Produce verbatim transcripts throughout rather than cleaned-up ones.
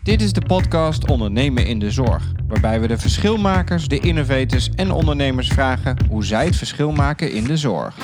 Dit is de podcast Ondernemen in de Zorg, waarbij we de verschilmakers, de innovators en ondernemers vragen hoe zij het verschil maken in de zorg.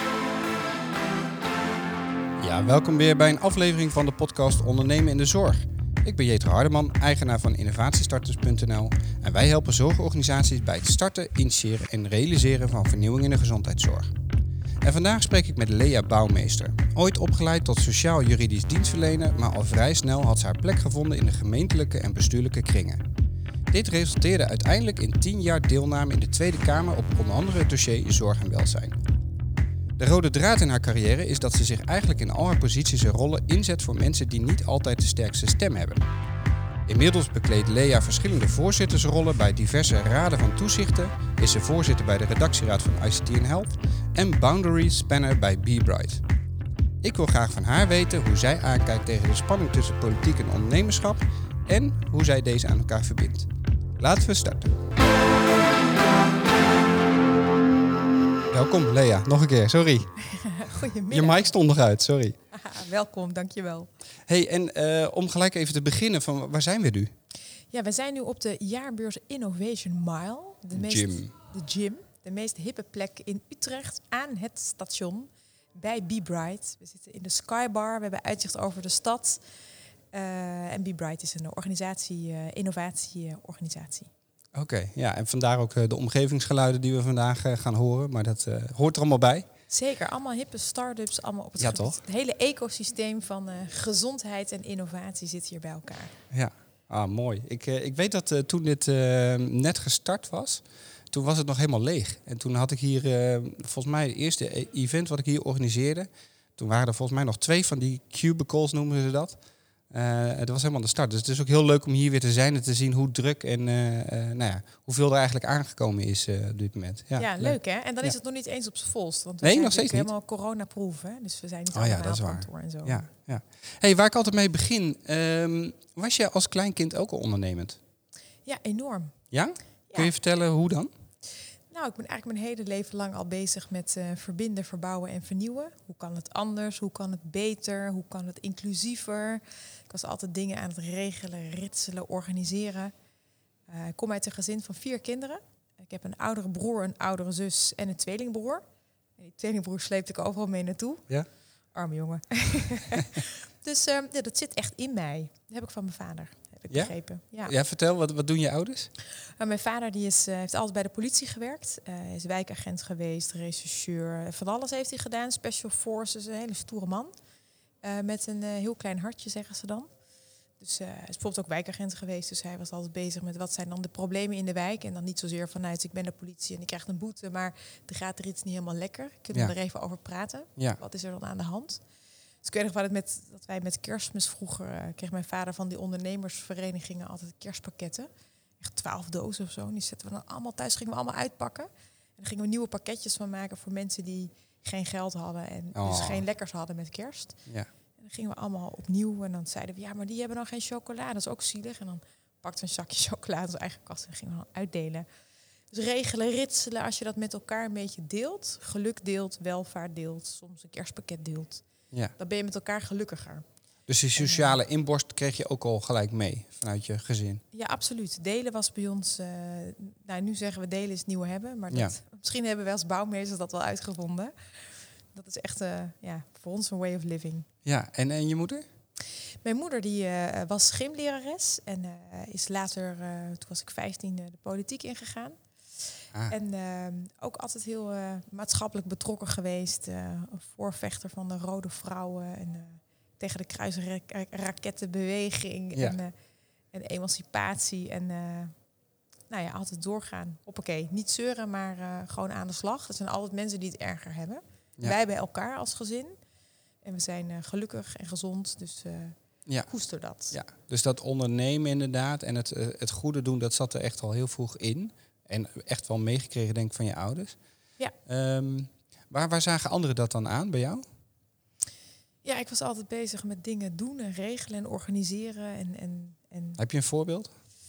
Ja, welkom weer bij een aflevering van de podcast Ondernemen in de Zorg. Ik ben Jetro Hardeman, eigenaar van innovatiestarters punt n l en wij helpen zorgorganisaties bij het starten, initiëren en realiseren van vernieuwing in de gezondheidszorg. En vandaag spreek ik met Lea Bouwmeester. Ooit opgeleid tot sociaal-juridisch dienstverlener, maar al vrij snel had ze haar plek gevonden in de gemeentelijke en bestuurlijke kringen. Dit resulteerde uiteindelijk in tien jaar deelname in de Tweede Kamer op onder andere het dossier zorg en welzijn. De rode draad in haar carrière is dat ze zich eigenlijk in al haar posities en rollen inzet voor mensen die niet altijd de sterkste stem hebben. Inmiddels bekleedt Lea verschillende voorzittersrollen bij diverse raden van toezichten, is ze voorzitter bij de redactieraad van I C T en Health en Boundary Spanner bij BeBright. Ik wil graag van haar weten hoe zij aankijkt tegen de spanning tussen politiek en ondernemerschap en hoe zij deze aan elkaar verbindt. Laten we starten. Welkom Lea, nog een keer, sorry. Goedemiddag. Je mic stond nog uit, sorry. Aha, welkom, dankjewel. Hey, en uh, om gelijk even te beginnen, van waar zijn we nu? Ja, we zijn nu op de jaarbeurs Innovation Mile. De meest, Gym. De gym. De meest hippe plek in Utrecht aan het station bij BeBright. We zitten in de Skybar, we hebben uitzicht over de stad. Uh, en BeBright is een organisatie, uh, innovatieorganisatie. Oké, okay, ja, en vandaar ook uh, de omgevingsgeluiden die we vandaag uh, gaan horen. Maar dat uh, hoort er allemaal bij. Zeker, allemaal hippe start-ups, allemaal op het ja, gebied. Toch? Het hele ecosysteem van uh, gezondheid en innovatie zit hier bij elkaar. Ja, ah, mooi. Ik, uh, ik weet dat uh, toen dit uh, net gestart was, toen was het nog helemaal leeg. En toen had ik hier, uh, volgens mij het eerste event wat ik hier organiseerde. Toen waren er volgens mij nog twee van die cubicles, noemen ze dat. Uh, dat was helemaal de start. Dus het is ook heel leuk om hier weer te zijn en te zien hoe druk en uh, uh, nou ja, hoeveel er eigenlijk aangekomen is uh, op dit moment. Ja, ja leuk. leuk hè? En dan ja. is het nog niet eens op z'n volst. Want we nee, zijn nog steeds niet. helemaal coronaproof, hè? Dus we zijn niet oh, ja, dat is waar. kantoor en zo. Ja, ja. Hey, waar ik altijd mee begin, um, was je als kleinkind ook al ondernemend? Ja, enorm. Ja? Ja. Kun je vertellen hoe dan? Nou, ik ben eigenlijk mijn hele leven lang al bezig met uh, verbinden, verbouwen en vernieuwen. Hoe kan het anders? Hoe kan het beter? Hoe kan het inclusiever? Ik was altijd dingen aan het regelen, ritselen, organiseren. Uh, ik kom uit een gezin van vier kinderen. Ik heb een oudere broer, een oudere zus en een tweelingbroer. En die tweelingbroer sleepte ik overal mee naartoe. Ja? Arme jongen. dus uh, ja, dat zit echt in mij. Dat heb ik van mijn vader. Heb ik ja? begrepen. Ja. ja, vertel, wat, wat doen je ouders? Uh, mijn vader die is, uh, heeft altijd bij de politie gewerkt. Hij uh, is wijkagent geweest, rechercheur. Van alles heeft hij gedaan. Special Forces, een hele stoere man. Uh, met een uh, heel klein hartje, zeggen ze dan. Dus uh, hij is bijvoorbeeld ook wijkagent geweest. Dus hij was altijd bezig met wat zijn dan de problemen in de wijk. En dan niet zozeer vanuit ik ben de politie en ik krijg een boete. Maar er gaat er iets niet helemaal lekker. Kunnen we ja. er even over praten? Ja. Wat is er dan aan de hand? Dus ik weet nog wel dat, met, dat wij met Kerstmis vroeger uh, kreeg mijn vader van die ondernemersverenigingen altijd kerstpakketten. Echt twaalf dozen of zo. En die zetten we dan allemaal thuis, gingen we allemaal uitpakken. En dan gingen we nieuwe pakketjes van maken voor mensen die geen geld hadden en oh. dus geen lekkers hadden met kerst. Ja. En dan gingen we allemaal opnieuw en dan zeiden we, ja, maar die hebben dan geen chocola. Dat is ook zielig. En dan pakten we een zakje chocola uit onze eigen kast en gingen we dan uitdelen. Dus regelen, ritselen, als je dat met elkaar een beetje deelt, geluk deelt, welvaart deelt, soms een kerstpakket deelt. Ja. Dan ben je met elkaar gelukkiger. Dus die sociale inborst kreeg je ook al gelijk mee vanuit je gezin? Ja, absoluut. Delen was bij ons... Uh, nou, nu zeggen we delen is het nieuwe hebben. Maar dat, ja. misschien hebben we als bouwmeesters dat wel uitgevonden. Dat is echt uh, ja, voor ons een way of living. Ja, en, en je moeder? Mijn moeder die, uh, was gymlerares. En uh, is later, uh, toen was ik vijftien, uh, de politiek ingegaan. Ah. En uh, ook altijd heel uh, maatschappelijk betrokken geweest. Uh, een voorvechter van de Rode Vrouwen. En, uh, tegen de kruisrakettenbeweging. Ja. En, uh, en emancipatie. En uh, nou ja, altijd doorgaan. Hoppakee, niet zeuren, maar uh, gewoon aan de slag. Dat zijn altijd mensen die het erger hebben. Ja. Wij bij elkaar als gezin. En we zijn uh, gelukkig en gezond. Dus uh, ja. koester dat. Ja. Dus dat ondernemen inderdaad en het, uh, het goede doen, dat zat er echt al heel vroeg in. En echt wel meegekregen, denk ik, van je ouders. Ja. Um, waar, waar zagen anderen dat dan aan bij jou? Ja, ik was altijd bezig met dingen doen en regelen en organiseren. En, en, en... Heb je een voorbeeld?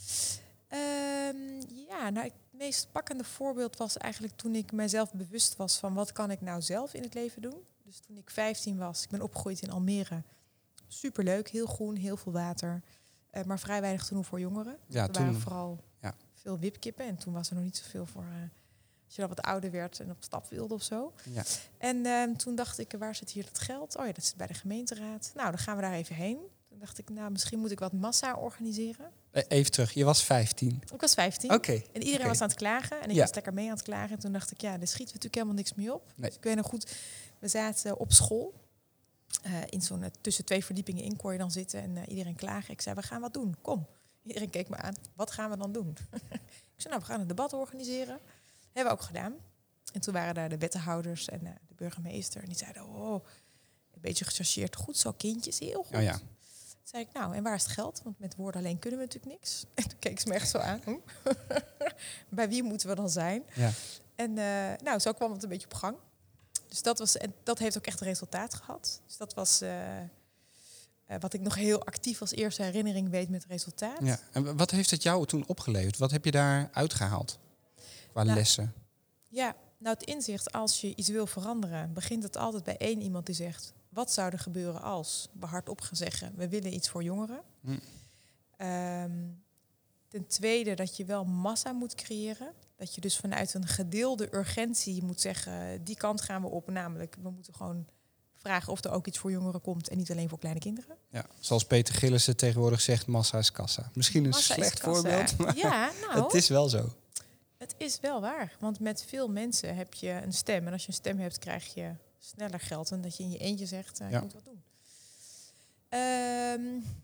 Um, ja, nou, het meest pakkende voorbeeld was eigenlijk toen ik mijzelf bewust was van wat kan ik nou zelf in het leven doen. Dus toen ik vijftien was, ik ben opgegroeid in Almere. Superleuk, heel groen, heel veel water. Uh, maar vrij weinig te doen voor jongeren. Ja, er toen, waren vooral ja. veel wipkippen. En toen was er nog niet zoveel voor... Uh, als je dan wat ouder werd en op stap wilde of zo. Ja. En uh, toen dacht ik, waar zit hier dat geld? Oh ja, dat zit bij de gemeenteraad. Nou, dan gaan we daar even heen. Toen dacht ik, nou, misschien moet ik wat massa organiseren. Even terug, je was vijftien. Ik was vijftien. Oké. Okay. En iedereen okay. was aan het klagen. En ik ja. was lekker mee aan het klagen. En toen dacht ik, ja, daar schieten we natuurlijk helemaal niks mee op. Nee. Dus ik weet nog goed, we zaten op school. Uh, in zo'n uh, tussen twee verdiepingen in kon je dan zitten. En uh, iedereen klagen. Ik zei, we gaan wat doen, kom. Iedereen keek me aan, wat gaan we dan doen? Ik zei, nou, we gaan een debat organiseren. Hebben we ook gedaan. En toen waren daar de wethouders en uh, de burgemeester. En die zeiden, oh, een beetje gechargeerd. Goed zo, kindjes, heel goed. Oh ja. Toen zei ik, nou, en waar is het geld? Want met woorden alleen kunnen we natuurlijk niks. En toen keek ze me echt zo aan. Bij wie moeten we dan zijn? Ja. En uh, nou, zo kwam het een beetje op gang. Dus dat was, en dat heeft ook echt resultaat gehad. Dus dat was uh, uh, wat ik nog heel actief als eerste herinnering weet met resultaat. Ja. En wat heeft het jou toen opgeleverd? Wat heb je daar uitgehaald qua nou, lessen? Ja, nou het inzicht, als je iets wil veranderen, begint het altijd bij één iemand die zegt, wat zou er gebeuren als we hardop gaan zeggen, we willen iets voor jongeren. Hm. Um, ten tweede dat je wel massa moet creëren. Dat je dus vanuit een gedeelde urgentie moet zeggen, die kant gaan we op. Namelijk, we moeten gewoon vragen of er ook iets voor jongeren komt en niet alleen voor kleine kinderen. Ja, zoals Peter Gillissen tegenwoordig zegt, massa is kassa. Misschien een massa slecht voorbeeld, maar ja, nou, het is wel zo. Het is wel waar, want met veel mensen heb je een stem. En als je een stem hebt, krijg je sneller geld dan dat je in je eentje zegt, uh, ja. je moet wat doen. Um,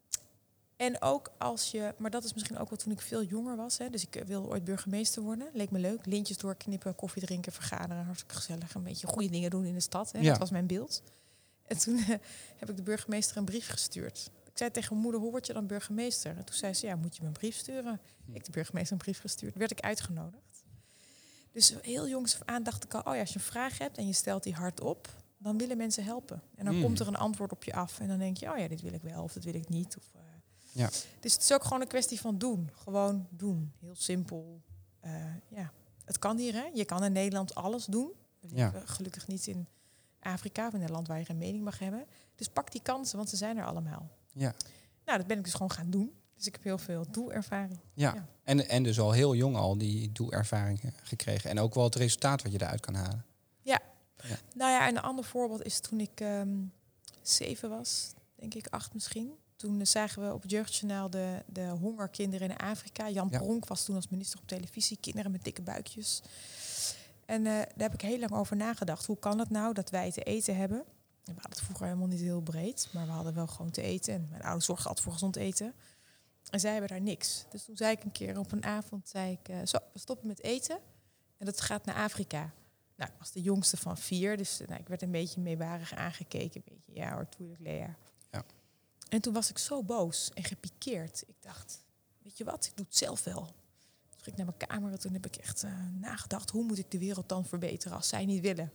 en ook als je, maar dat is misschien ook wel toen ik veel jonger was. Hè, dus ik uh, wilde ooit burgemeester worden. Leek me leuk. Lintjes doorknippen, koffie drinken, vergaderen. Hartstikke gezellig. Een beetje goede dingen doen in de stad. Hè. Ja. Dat was mijn beeld. En toen uh, heb ik de burgemeester een brief gestuurd. Ik zei tegen mijn moeder, hoe word je dan burgemeester? En toen zei ze, ja, moet je me een brief sturen? Ik heb de burgemeester een brief gestuurd. Werd ik uitgenodigd. Dus heel jongs af aan dacht ik al, oh ja, als je een vraag hebt en je stelt die hardop, dan willen mensen helpen. En dan mm. komt er een antwoord op je af. En dan denk je, oh ja, dit wil ik wel of dit wil ik niet. Of, uh, ja. Dus het is ook gewoon een kwestie van doen. Gewoon doen. Heel simpel. Uh, ja. Het kan hier, hè. Je kan in Nederland alles doen. We leven ja. gelukkig niet in Afrika of in een land waar je geen mening mag hebben. Dus pak die kansen, want ze zijn er allemaal. Ja. Nou, dat ben ik dus gewoon gaan doen. Dus ik heb heel veel doelervaring. Ja, ja. En, en dus al heel jong al die doelervaring gekregen. En ook wel het resultaat wat je eruit kan halen. Ja. ja. Nou ja, en een ander voorbeeld is toen ik um, zeven was, denk ik, acht misschien. Toen zagen we op het Jeugdjournaal de, de hongerkinderen in Afrika. Jan ja. Pronk was toen als minister op televisie. Kinderen met dikke buikjes. En uh, daar heb ik heel lang over nagedacht. Hoe kan het nou dat wij te eten hebben? En we hadden het vroeger helemaal niet heel breed. Maar we hadden wel gewoon te eten. En mijn ouders zorgden altijd voor gezond eten. En zij hebben daar niks. Dus toen zei ik een keer op een avond, zei ik, uh, zo, we stoppen met eten. En dat gaat naar Afrika. Nou, ik was de jongste van vier. Dus uh, nou, ik werd een beetje meewarig aangekeken. Een beetje, ja hoor, tuurlijk, Lea. Ja. En toen was ik zo boos en gepikeerd. Ik dacht, weet je wat, ik doe het zelf wel. Toen ging ik naar mijn kamer en toen heb ik echt uh, nagedacht, hoe moet ik de wereld dan verbeteren als zij niet willen?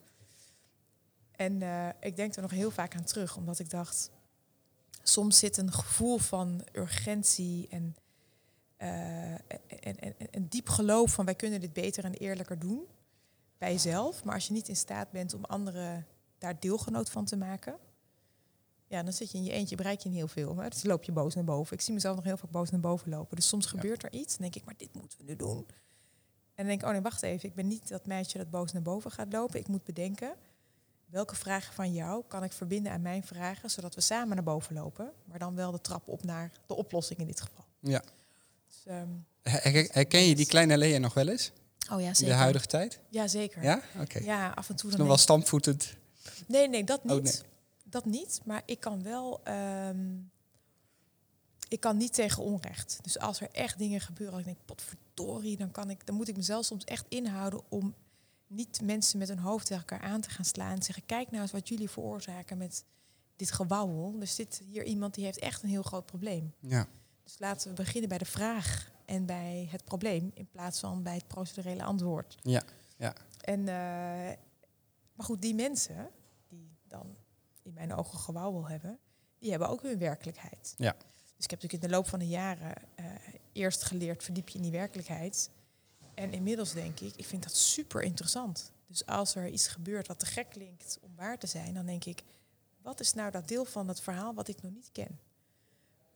En uh, ik denk er nog heel vaak aan terug, omdat ik dacht, soms zit een gevoel van urgentie en uh, een diep geloof van wij kunnen dit beter en eerlijker doen bij jezelf. Maar als je niet in staat bent om anderen daar deelgenoot van te maken, ja, dan zit je in je eentje, bereik je niet heel veel. Maar dus loop je boos naar boven. Ik zie mezelf nog heel vaak boos naar boven lopen. Dus soms gebeurt er iets. Dan denk ik, maar dit moeten we nu doen. En dan denk ik, oh nee, wacht even. Ik ben niet dat meisje dat boos naar boven gaat lopen. Ik moet bedenken, welke vragen van jou kan ik verbinden aan mijn vragen, zodat we samen naar boven lopen. Maar dan wel de trap op naar de oplossing in dit geval. Ja. Dus, um, Herken je die kleine Lea nog wel eens? Oh ja, zeker. In de huidige tijd? Ja, zeker. Ja? Oké. Okay. Ja, af en toe. Dan nog wel stampvoetend? Nee, nee, dat niet. Oh, nee. Dat niet, maar ik kan wel, um, ik kan niet tegen onrecht. Dus als er echt dingen gebeuren, als ik denk, potverdorie, dan kan ik, dan moet ik mezelf soms echt inhouden om niet mensen met hun hoofd tegen elkaar aan te gaan slaan en zeggen, kijk nou eens wat jullie veroorzaken met dit gewauwel. Er zit hier iemand die heeft echt een heel groot probleem. Ja. Dus laten we beginnen bij de vraag en bij het probleem in plaats van bij het procedurele antwoord. Ja. Ja. En, uh, maar goed, die mensen die dan in mijn ogen gewauwel hebben, die hebben ook hun werkelijkheid. Ja. Dus ik heb natuurlijk in de loop van de jaren uh, eerst geleerd, verdiep je in die werkelijkheid. En inmiddels denk ik, ik vind dat super interessant. Dus als er iets gebeurt wat te gek klinkt om waar te zijn, dan denk ik, wat is nou dat deel van het verhaal wat ik nog niet ken?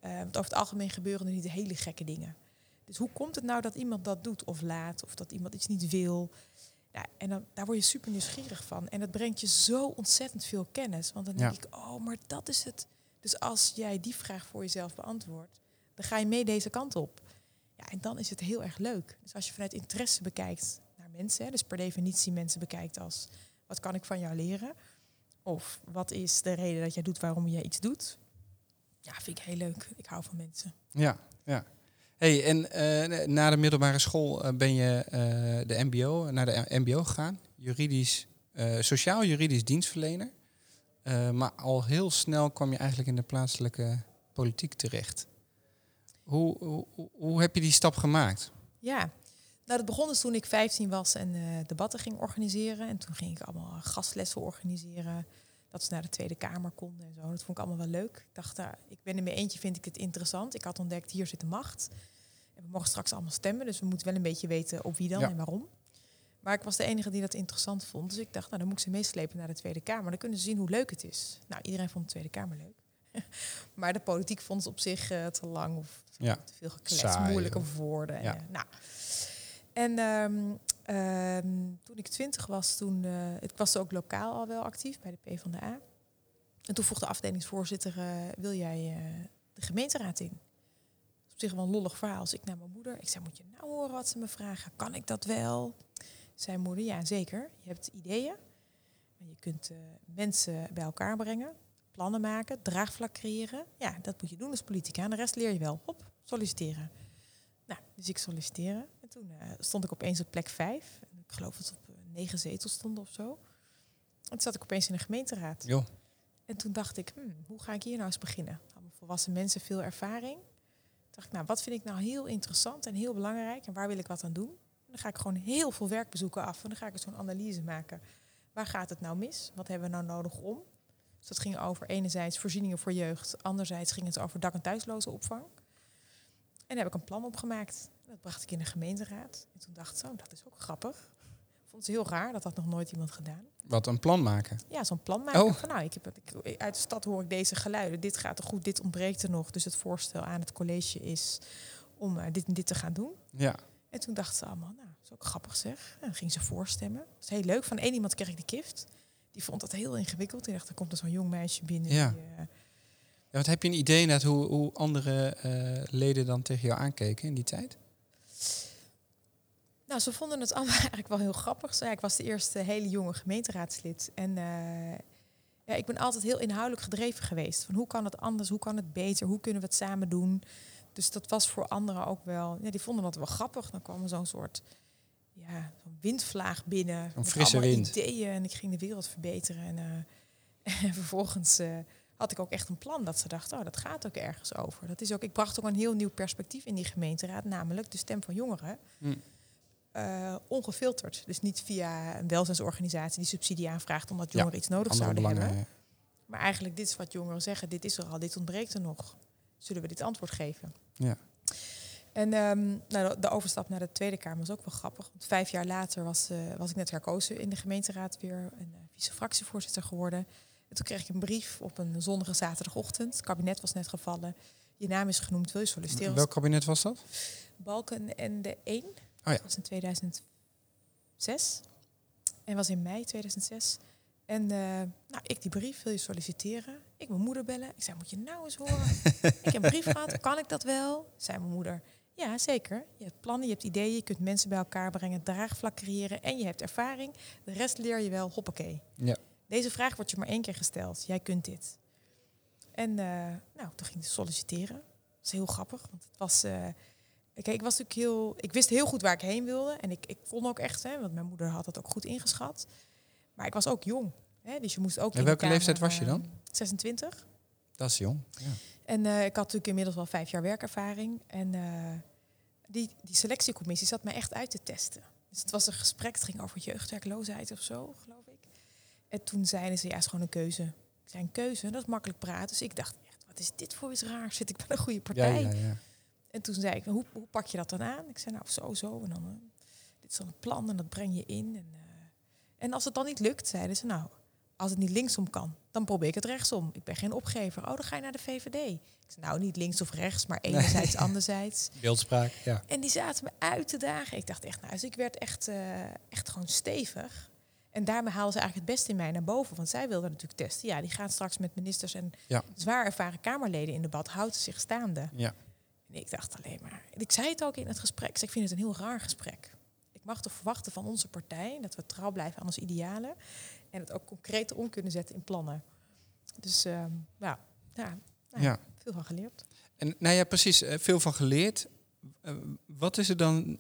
Uh, want over het algemeen gebeuren er niet hele gekke dingen. Dus hoe komt het nou dat iemand dat doet of laat, of dat iemand iets niet wil? Ja, en dan, daar word je super nieuwsgierig van. En dat brengt je zo ontzettend veel kennis. Want dan denk ja. ik, oh, maar dat is het. Dus als jij die vraag voor jezelf beantwoordt, dan ga je mee deze kant op. Ja, en dan is het heel erg leuk. Dus als je vanuit interesse bekijkt naar mensen, hè, dus per definitie mensen bekijkt als, wat kan ik van jou leren? Of wat is de reden dat jij doet waarom jij iets doet? Ja, vind ik heel leuk. Ik hou van mensen. Ja, ja. Hey, en uh, na de middelbare school uh, ben je uh, de M B O, naar de M B O gegaan. Juridisch, uh, sociaal-juridisch dienstverlener. Uh, maar al heel snel kwam je eigenlijk in de plaatselijke politiek terecht. Hoe, hoe, hoe heb je die stap gemaakt? Ja, nou dat begon dus toen ik vijftien was en uh, debatten ging organiseren. En toen ging ik allemaal gastlessen organiseren. Dat ze naar de Tweede Kamer konden en zo. Dat vond ik allemaal wel leuk. Ik dacht, uh, ik ben in mijn eentje, vind ik het interessant. Ik had ontdekt, hier zit de macht. En we mogen straks allemaal stemmen. Dus we moeten wel een beetje weten op wie dan ja. en waarom. Maar ik was de enige die dat interessant vond. Dus ik dacht, nou dan moet ik ze meeslepen naar de Tweede Kamer. Dan kunnen ze zien hoe leuk het is. Nou, iedereen vond de Tweede Kamer leuk. Maar de politiek vond het op zich uh, te lang of ja. te veel geklets, moeilijke woorden. Ja. En, uh, nou. en um, um, toen ik twintig was, toen, uh, ik was ook lokaal al wel actief bij de PvdA. En toen vroeg de afdelingsvoorzitter, uh, wil jij uh, de gemeenteraad in? Op zich wel een lollig verhaal. Dus ik naar mijn moeder. Ik zei, moet je nou horen wat ze me vragen? Kan ik dat wel? Zei moeder, ja zeker. Je hebt ideeën. En je kunt uh, mensen bij elkaar brengen. Plannen maken, draagvlak creëren. Ja, dat moet je doen als politica. En de rest leer je wel. Hop, solliciteren. Nou, dus ik solliciteren. En toen uh, stond ik opeens op plek vijf. En ik geloof dat we op uh, negen zetels stonden of zo. En toen zat ik opeens in de gemeenteraad. Jo. En toen dacht ik, hmm, hoe ga ik hier nou eens beginnen? Allemaal volwassen mensen, veel ervaring. Toen dacht ik, nou, wat vind ik nou heel interessant en heel belangrijk? En waar wil ik wat aan doen? En dan ga ik gewoon heel veel werkbezoeken af. En dan ga ik zo'n analyse maken. Waar gaat het nou mis? Wat hebben we nou nodig om? Dus dat ging over enerzijds voorzieningen voor jeugd. Anderzijds ging het over dak- en thuislozenopvang. En daar heb ik een plan op gemaakt. Dat bracht ik in de gemeenteraad. En toen dacht ik, oh, dat is ook grappig. Ik vond het heel raar, dat had nog nooit iemand gedaan. Wat, een plan maken? Ja, zo'n plan maken. Oh. Van, nou, ik heb, ik, uit de stad hoor ik deze geluiden. Dit gaat er goed, dit ontbreekt er nog. Dus het voorstel aan het college is om uh, dit en dit te gaan doen. Ja. En toen dachten ze allemaal, nou, dat is ook grappig zeg. En dan gingen ze voorstemmen. Dat is heel leuk. Van één iemand kreeg ik de kift. Die vond dat heel ingewikkeld. Die dacht, er komt er zo'n jong meisje binnen. Ja. Die, uh, ja, wat heb je een idee net hoe, hoe andere uh, leden dan tegen jou aankeken in die tijd? Nou, ze vonden het allemaal eigenlijk wel heel grappig. Ja, ik was de eerste hele jonge gemeenteraadslid. En uh, ja, ik ben altijd heel inhoudelijk gedreven geweest. Van hoe kan het anders, hoe kan het beter, hoe kunnen we het samen doen? Dus dat was voor anderen ook wel... Ja, die vonden dat wel grappig. Dan kwam er zo'n soort ja, zo'n windvlaag binnen. Een frisse wind. Ideeën en ik ging de wereld verbeteren. En, uh, en vervolgens uh, had ik ook echt een plan dat ze dachten... oh, dat gaat ook ergens over. Dat is ook, ik bracht ook een heel nieuw perspectief in die gemeenteraad. Namelijk de stem van jongeren. Hm. Uh, ongefilterd. Dus niet via een welzijnsorganisatie die subsidie aanvraagt... omdat jongeren ja, iets nodig zouden belangen, hebben. Ja. Maar eigenlijk, dit is wat jongeren zeggen. Dit is er al, dit ontbreekt er nog. Zullen we dit antwoord geven? Ja. En um, nou, de overstap naar de Tweede Kamer was ook wel grappig. Want vijf jaar later was, uh, was ik net herkozen in de gemeenteraad weer... en uh, vice-fractievoorzitter geworden. En toen kreeg ik een brief op een zonnige zaterdagochtend. Het kabinet was net gevallen. Je naam is genoemd, wil je solliciteren? Welk kabinet was dat? Balken en de één. Oh ja. Dat was in tweeduizend zes. En was in mei tweeduizend zes. En uh, nou, ik die brief, wil je solliciteren? Ik mijn moeder bellen. Ik zei, moet je nou eens horen? Ik heb een brief gehad, kan ik dat wel? Zei mijn moeder, ja zeker. Je hebt plannen, je hebt ideeën, je kunt mensen bij elkaar brengen, draagvlak creëren en je hebt ervaring. De rest leer je wel, hoppakee. Ja. Deze vraag wordt je maar één keer gesteld. Jij kunt dit. En uh, nou, toen ging ik solliciteren. Dat was heel grappig, want het was... Uh, Kijk, ik was natuurlijk heel... Ik wist heel goed waar ik heen wilde. En ik, ik kon ook echt, hè, want mijn moeder had het ook goed ingeschat. Maar ik was ook jong. Hè, dus je moest ook... En welke leeftijd was je dan? zesentwintig. Dat is jong, ja. En uh, ik had natuurlijk inmiddels wel vijf jaar werkervaring. En uh, die, die selectiecommissie zat mij echt uit te testen. Dus het was een gesprek, het ging over jeugdwerkloosheid of zo, geloof ik. En toen zeiden ze, ja, het is gewoon een keuze. Ik zei, een keuze, dat is makkelijk praten. Dus ik dacht, echt, wat is dit voor iets raars? Zit ik bij een goede partij? Ja, ja, ja. En toen zei ik, hoe, hoe pak je dat dan aan? Ik zei, nou, zo, zo. En dan, uh, dit is dan een plan en dat breng je in. En, uh, en als het dan niet lukt, zeiden ze, nou, Als het niet linksom kan, dan probeer ik het rechtsom. Ik ben geen opgever. Oh, dan ga je naar de V V D. Ik zei, nou, niet links of rechts, maar enerzijds, nee. anderzijds. Beeldspraak, ja. En die zaten me uit te dagen. Ik dacht echt, nou, dus ik werd echt, uh, echt gewoon stevig. En daarmee haalden ze eigenlijk het beste in mij naar boven. Want zij wilden natuurlijk testen. Ja, die gaan straks met ministers en ja. zwaar ervaren Kamerleden in debat. Houden zich staande. Ja. En ik dacht alleen maar... En ik zei het ook in het gesprek. Dus ik vind het een heel raar gesprek. Ik mag toch verwachten van onze partij... dat we trouw blijven aan onze idealen... en het ook concreet om kunnen zetten in plannen. Dus uh, ja, ja, nou, ja, veel van geleerd. En nou ja, precies, uh, veel van geleerd. Uh, wat is er dan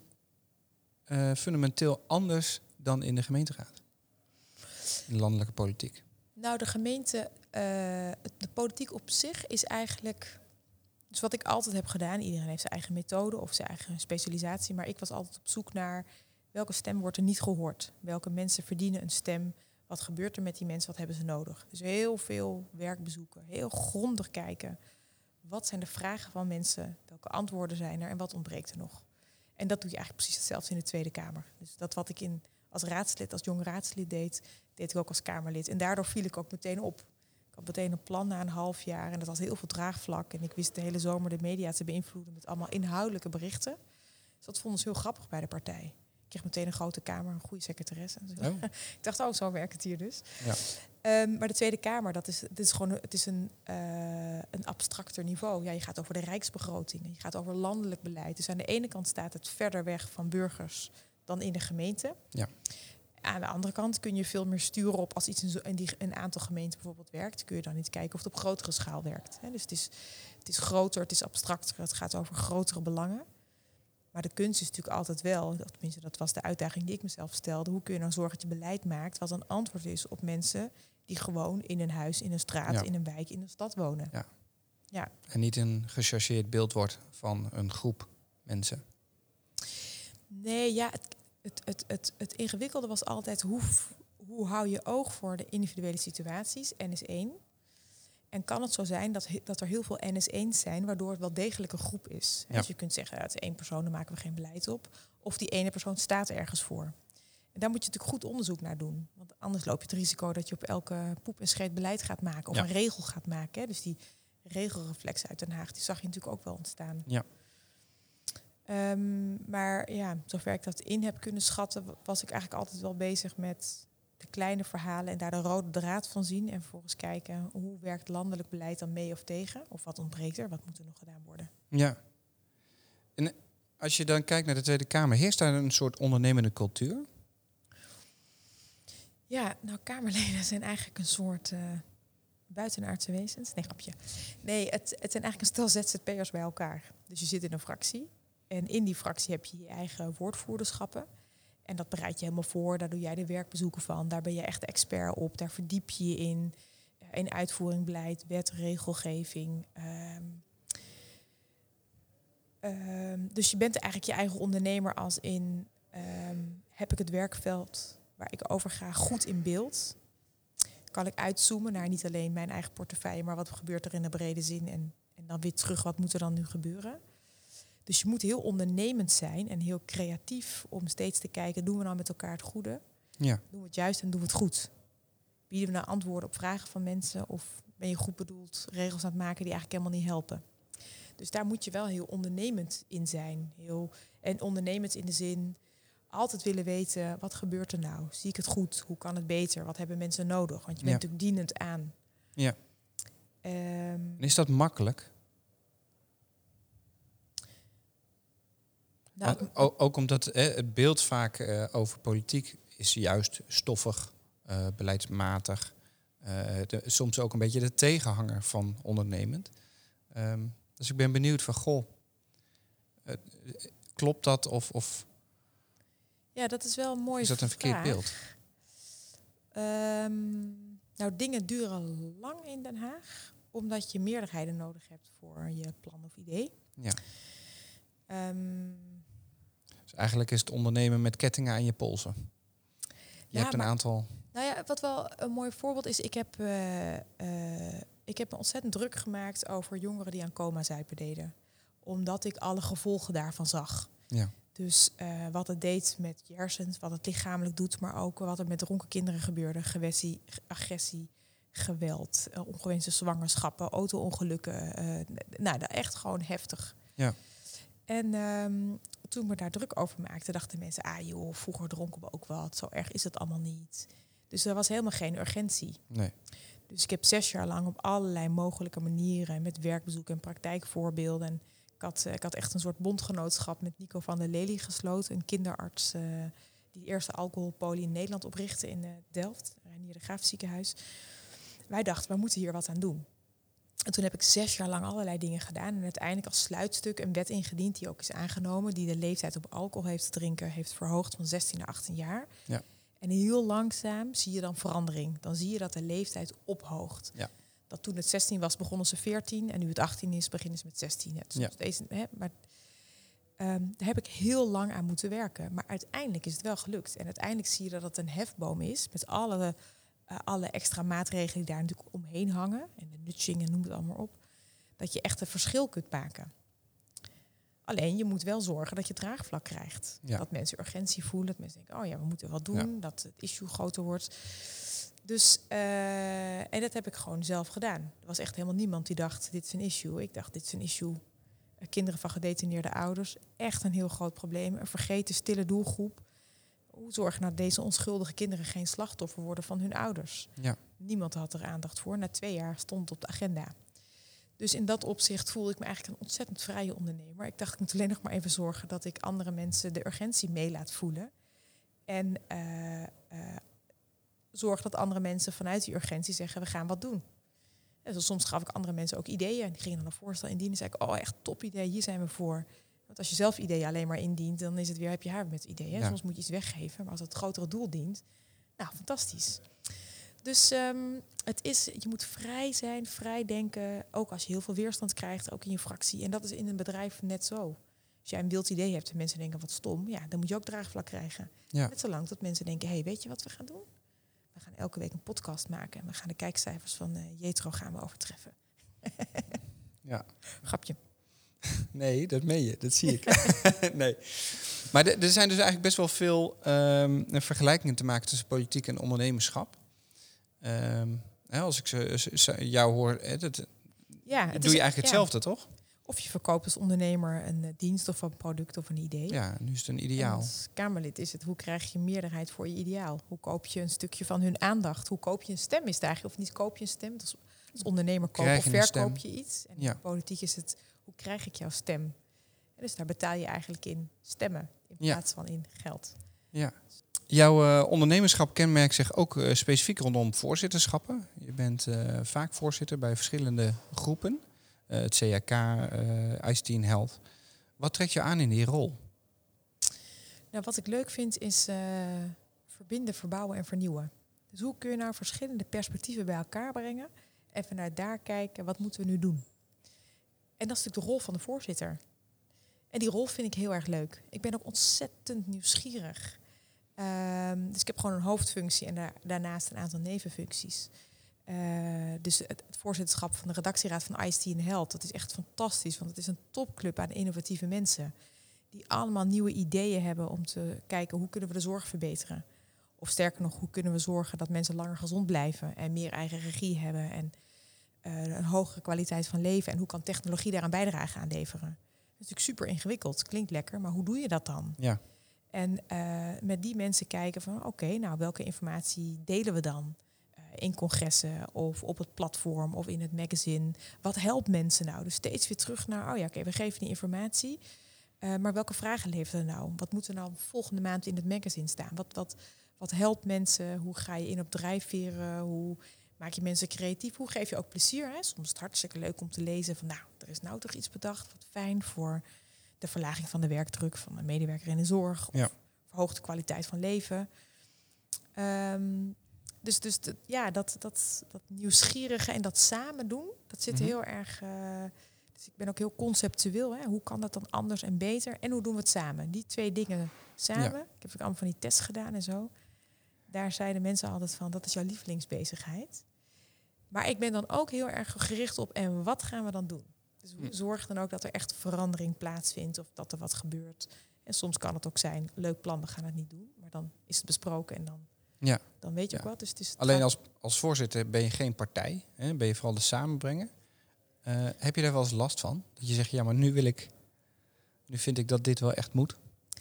uh, fundamenteel anders dan in de gemeenteraad? In de landelijke politiek? Nou, de gemeente, uh, de politiek op zich is eigenlijk... Dus wat ik altijd heb gedaan, iedereen heeft zijn eigen methode of zijn eigen specialisatie, maar ik was altijd op zoek naar welke stem wordt er niet gehoord. Welke mensen verdienen een stem. Wat gebeurt er met die mensen? Wat hebben ze nodig? Dus heel veel werk bezoeken, heel grondig kijken. Wat zijn de vragen van mensen? Welke antwoorden zijn er en wat ontbreekt er nog? En dat doe je eigenlijk precies hetzelfde in de Tweede Kamer. Dus dat wat ik in, als raadslid, als jong raadslid deed, deed ik ook als Kamerlid. En daardoor viel ik ook meteen op. Ik had meteen een plan na een half jaar en dat had heel veel draagvlak. En ik wist de hele zomer de media te beïnvloeden met allemaal inhoudelijke berichten. Dus dat vonden ze heel grappig bij de partij. Ik kreeg meteen een grote kamer, een goede secretaresse. Dus oh. Ik dacht, oh, zo werkt het hier dus. Ja. Um, maar de Tweede Kamer, dat is, dit is gewoon het is een, uh, een abstracter niveau. Ja, je gaat over de rijksbegroting, je gaat over landelijk beleid. Dus aan de ene kant staat het verder weg van burgers dan in de gemeente. Ja. Aan de andere kant kun je veel meer sturen op als iets in die, een aantal gemeenten bijvoorbeeld werkt. Kun je dan niet kijken of het op grotere schaal werkt. Hè? Dus het is, het is groter, het is abstracter, het gaat over grotere belangen. Maar de kunst is natuurlijk altijd wel, tenminste dat was de uitdaging die ik mezelf stelde. Hoe kun je nou zorgen dat je beleid maakt wat een antwoord is op mensen die gewoon in een huis, in een straat, ja. in een wijk, in een stad wonen. Ja. Ja. En niet een gechargeerd beeld wordt van een groep mensen. Nee, ja, het, het, het, het, het ingewikkelde was altijd hoe, hoe hou je oog voor de individuele situaties, N is één. En kan het zo zijn dat, dat er heel veel N is één's zijn, waardoor het wel degelijk een groep is. Ja. Dus je kunt zeggen, ja, het is één persoon, daar maken we geen beleid op. Of die ene persoon staat ergens voor. En daar moet je natuurlijk goed onderzoek naar doen. Want anders loop je het risico dat je op elke poep en scheet beleid gaat maken. Of ja. een regel gaat maken. Hè. Dus die regelreflex uit Den Haag, die zag je natuurlijk ook wel ontstaan. Ja. Um, maar ja, zover ik dat in heb kunnen schatten, was ik eigenlijk altijd wel bezig met de kleine verhalen en daar de rode draad van zien. En vervolgens kijken, hoe werkt landelijk beleid dan mee of tegen? Of wat ontbreekt er? Wat moet er nog gedaan worden? Ja. En als je dan kijkt naar de Tweede Kamer, heerst daar een soort ondernemende cultuur? Ja, nou, Kamerleden zijn eigenlijk een soort uh, buitenaardse wezens. Nee, grapje. Nee, het, het zijn eigenlijk een stel Z Z P'ers bij elkaar. Dus je zit in een fractie. En in die fractie heb je je eigen woordvoerderschappen. En dat bereid je helemaal voor. Daar doe jij de werkbezoeken van. Daar ben je echt de expert op. Daar verdiep je je in. In uitvoering, beleid, wet, regelgeving. Um, um, dus je bent eigenlijk je eigen ondernemer als in... Um, heb ik het werkveld waar ik over ga goed in beeld? Kan ik uitzoomen naar niet alleen mijn eigen portefeuille... maar wat gebeurt er in de brede zin? En, en dan weer terug, wat moet er dan nu gebeuren? Dus je moet heel ondernemend zijn en heel creatief om steeds te kijken, doen we nou met elkaar het goede? Ja. Doen we het juist en doen we het goed? Bieden we nou antwoorden op vragen van mensen of ben je goed bedoeld regels aan het maken die eigenlijk helemaal niet helpen? Dus daar moet je wel heel ondernemend in zijn. Heel, en ondernemend in de zin, altijd willen weten, wat gebeurt er nou? Zie ik het goed? Hoe kan het beter? Wat hebben mensen nodig? Want je bent ja. natuurlijk dienend aan. Ja. Um, is dat makkelijk? Nou, o- ook omdat eh, het beeld vaak uh, over politiek is juist stoffig, uh, beleidsmatig. Uh, de, soms ook een beetje de tegenhanger van ondernemend. Um, dus ik ben benieuwd van, goh, uh, klopt dat of, of... Ja, dat is wel een mooie Is dat een verkeerd vraag. beeld? Um, nou, dingen duren lang in Den Haag, omdat je meerderheden nodig hebt voor je plan of idee. Ja. Um, Dus eigenlijk is het ondernemen met kettingen aan je polsen. Je ja, hebt een maar, aantal... Nou ja, wat wel een mooi voorbeeld is, ik heb, uh, uh, ik heb me ontzettend druk gemaakt over jongeren die aan coma-zuipen deden. Omdat ik alle gevolgen daarvan zag. Ja. Dus uh, wat het deed met je hersens, wat het lichamelijk doet, maar ook wat er met dronken kinderen gebeurde. Gewessie, agressie, geweld, uh, ongewenste zwangerschappen, auto-ongelukken. Uh, nou, dat echt gewoon heftig. Ja. En um, toen ik me daar druk over maakte, dachten mensen, ah joh, vroeger dronken we ook wat. Zo erg is het allemaal niet. Dus er was helemaal geen urgentie. Nee. Dus ik heb zes jaar lang op allerlei mogelijke manieren, met werkbezoeken en praktijkvoorbeelden. En ik, had, ik had echt een soort bondgenootschap met Nico van der Lely gesloten, een kinderarts uh, die de eerste alcoholpolie in Nederland oprichtte in uh, Delft, hier de Graaf ziekenhuis. Wij dachten, we moeten hier wat aan doen. En toen heb ik zes jaar lang allerlei dingen gedaan. En uiteindelijk als sluitstuk een wet ingediend die ook is aangenomen, die de leeftijd op alcohol heeft te drinken heeft verhoogd van zestien naar achttien jaar. Ja. En heel langzaam zie je dan verandering. Dan zie je dat de leeftijd ophoogt. Ja. Dat toen het zestien was, begonnen ze veertien. En nu het achttien is, beginnen ze met zestien. Het ja. deze, hè, maar um, daar heb ik heel lang aan moeten werken. Maar uiteindelijk is het wel gelukt. En uiteindelijk zie je dat het een hefboom is. Met alle, uh, alle extra maatregelen die daar natuurlijk omheen hangen. En de nudging en noem het allemaal op. Dat je echt een verschil kunt maken. Alleen, je moet wel zorgen dat je draagvlak krijgt. Ja. Dat mensen urgentie voelen. Dat mensen denken, oh ja, we moeten wat doen. Ja. Dat het issue groter wordt. Dus, uh, en dat heb ik gewoon zelf gedaan. Er was echt helemaal niemand die dacht, dit is een issue. Ik dacht, dit is een issue. Uh, kinderen van gedetineerde ouders. Echt een heel groot probleem. Een vergeten, stille doelgroep. Hoe zorgen nou dat deze onschuldige kinderen geen slachtoffer worden van hun ouders? Ja. Niemand had er aandacht voor. Na twee jaar stond het op de agenda. Dus in dat opzicht voelde ik me eigenlijk een ontzettend vrije ondernemer. Ik dacht, ik moet alleen nog maar even zorgen dat ik andere mensen de urgentie mee laat voelen. En uh, uh, zorg dat andere mensen vanuit die urgentie zeggen, we gaan wat doen. Dus soms gaf ik andere mensen ook ideeën. En die gingen dan een voorstel indienen. En zei ik, oh echt top idee, hier zijn we voor. Want als je zelf ideeën alleen maar indient, dan is het weer, heb je haar met ideeën. Ja. Soms moet je iets weggeven, maar als het grotere doel dient, nou, fantastisch. Dus um, het is, je moet vrij zijn, vrij denken, ook als je heel veel weerstand krijgt, ook in je fractie. En dat is in een bedrijf net zo. Als jij een wild idee hebt en mensen denken, wat stom, ja, dan moet je ook draagvlak krijgen. Ja. Net zolang dat mensen denken, hé, hey, weet je wat we gaan doen? We gaan elke week een podcast maken en we gaan de kijkcijfers van uh, Jetro gaan we overtreffen. Ja. Grapje. Nee, dat meen je, dat zie ik. Nee. Maar de, er zijn dus eigenlijk best wel veel um, vergelijkingen te maken tussen politiek en ondernemerschap. Um, hè, als ik ze, ze, jou hoor, hè, dat, ja, doe het je is, eigenlijk ja. hetzelfde, toch? Of je verkoopt als ondernemer een uh, dienst of een product of een idee. Ja, nu is het een ideaal. En als Kamerlid is het, hoe krijg je meerderheid voor je ideaal? Hoe koop je een stukje van hun aandacht? Hoe koop je een stem is het eigenlijk? Of niet koop je een stem? Als, als ondernemer koop of verkoop je iets. En ja. in politiek is het, hoe krijg ik jouw stem? En dus daar betaal je eigenlijk in stemmen in ja. plaats van in geld. Ja. Jouw uh, ondernemerschap kenmerkt zich ook uh, specifiek rondom voorzitterschappen. Je bent uh, vaak voorzitter bij verschillende groepen. Uh, het C H K, uh, I C T en Health. Wat trekt je aan in die rol? Nou, wat ik leuk vind is uh, verbinden, verbouwen en vernieuwen. Dus hoe kun je nou verschillende perspectieven bij elkaar brengen en vanuit daar kijken, wat moeten we nu doen? En dat is natuurlijk de rol van de voorzitter. En die rol vind ik heel erg leuk. Ik ben ook ontzettend nieuwsgierig. Um, dus ik heb gewoon een hoofdfunctie en daar, daarnaast een aantal nevenfuncties. Uh, dus het, het voorzitterschap van de redactieraad van I C T en Health, dat is echt fantastisch, want het is een topclub aan innovatieve mensen die allemaal nieuwe ideeën hebben om te kijken hoe kunnen we de zorg verbeteren. Of sterker nog, hoe kunnen we zorgen dat mensen langer gezond blijven en meer eigen regie hebben en uh, een hogere kwaliteit van leven. En hoe kan technologie daaraan bijdrage aan leveren? Dat is natuurlijk super ingewikkeld, klinkt lekker, maar hoe doe je dat dan? Ja. En uh, met die mensen kijken van oké, okay, nou welke informatie delen we dan? Uh, in congressen of op het platform of in het magazine. Wat helpt mensen nou? Dus steeds weer terug naar, oh ja, oké, okay, we geven die informatie. Uh, maar welke vragen leveren er nou? Wat moet er nou volgende maand in het magazine staan? Wat, wat, wat helpt mensen? Hoe ga je in op drijfveren? Hoe maak je mensen creatief? Hoe geef je ook plezier? Hè? Soms is het hartstikke leuk om te lezen van, nou, er is nou toch iets bedacht. Wat fijn voor de verlaging van de werkdruk van een medewerker in de zorg. Of ja. verhoogde kwaliteit van leven. Um, dus dus de, ja, dat, dat, dat nieuwsgierige en dat samen doen, dat zit mm-hmm. heel erg... Uh, dus ik ben ook heel conceptueel. Hè? Hoe kan dat dan anders en beter? En hoe doen we het samen? Die twee dingen samen. Ja. Ik heb ook allemaal van die tests gedaan en zo. Daar zeiden mensen altijd van, dat is jouw lievelingsbezigheid. Maar ik ben dan ook heel erg gericht op, en wat gaan we dan doen? Dus we zorgen dan ook dat er echt verandering plaatsvindt of dat er wat gebeurt. En soms kan het ook zijn, leuk plan, we gaan het niet doen. Maar dan is het besproken en dan, Ja. dan weet je Ja. ook wat. Dus het is Alleen als, als voorzitter ben je geen partij. Hè? Ben je vooral de samenbrenger. Uh, heb je daar wel eens last van? Dat je zegt, ja, maar nu wil ik... Nu vind ik dat dit wel echt moet.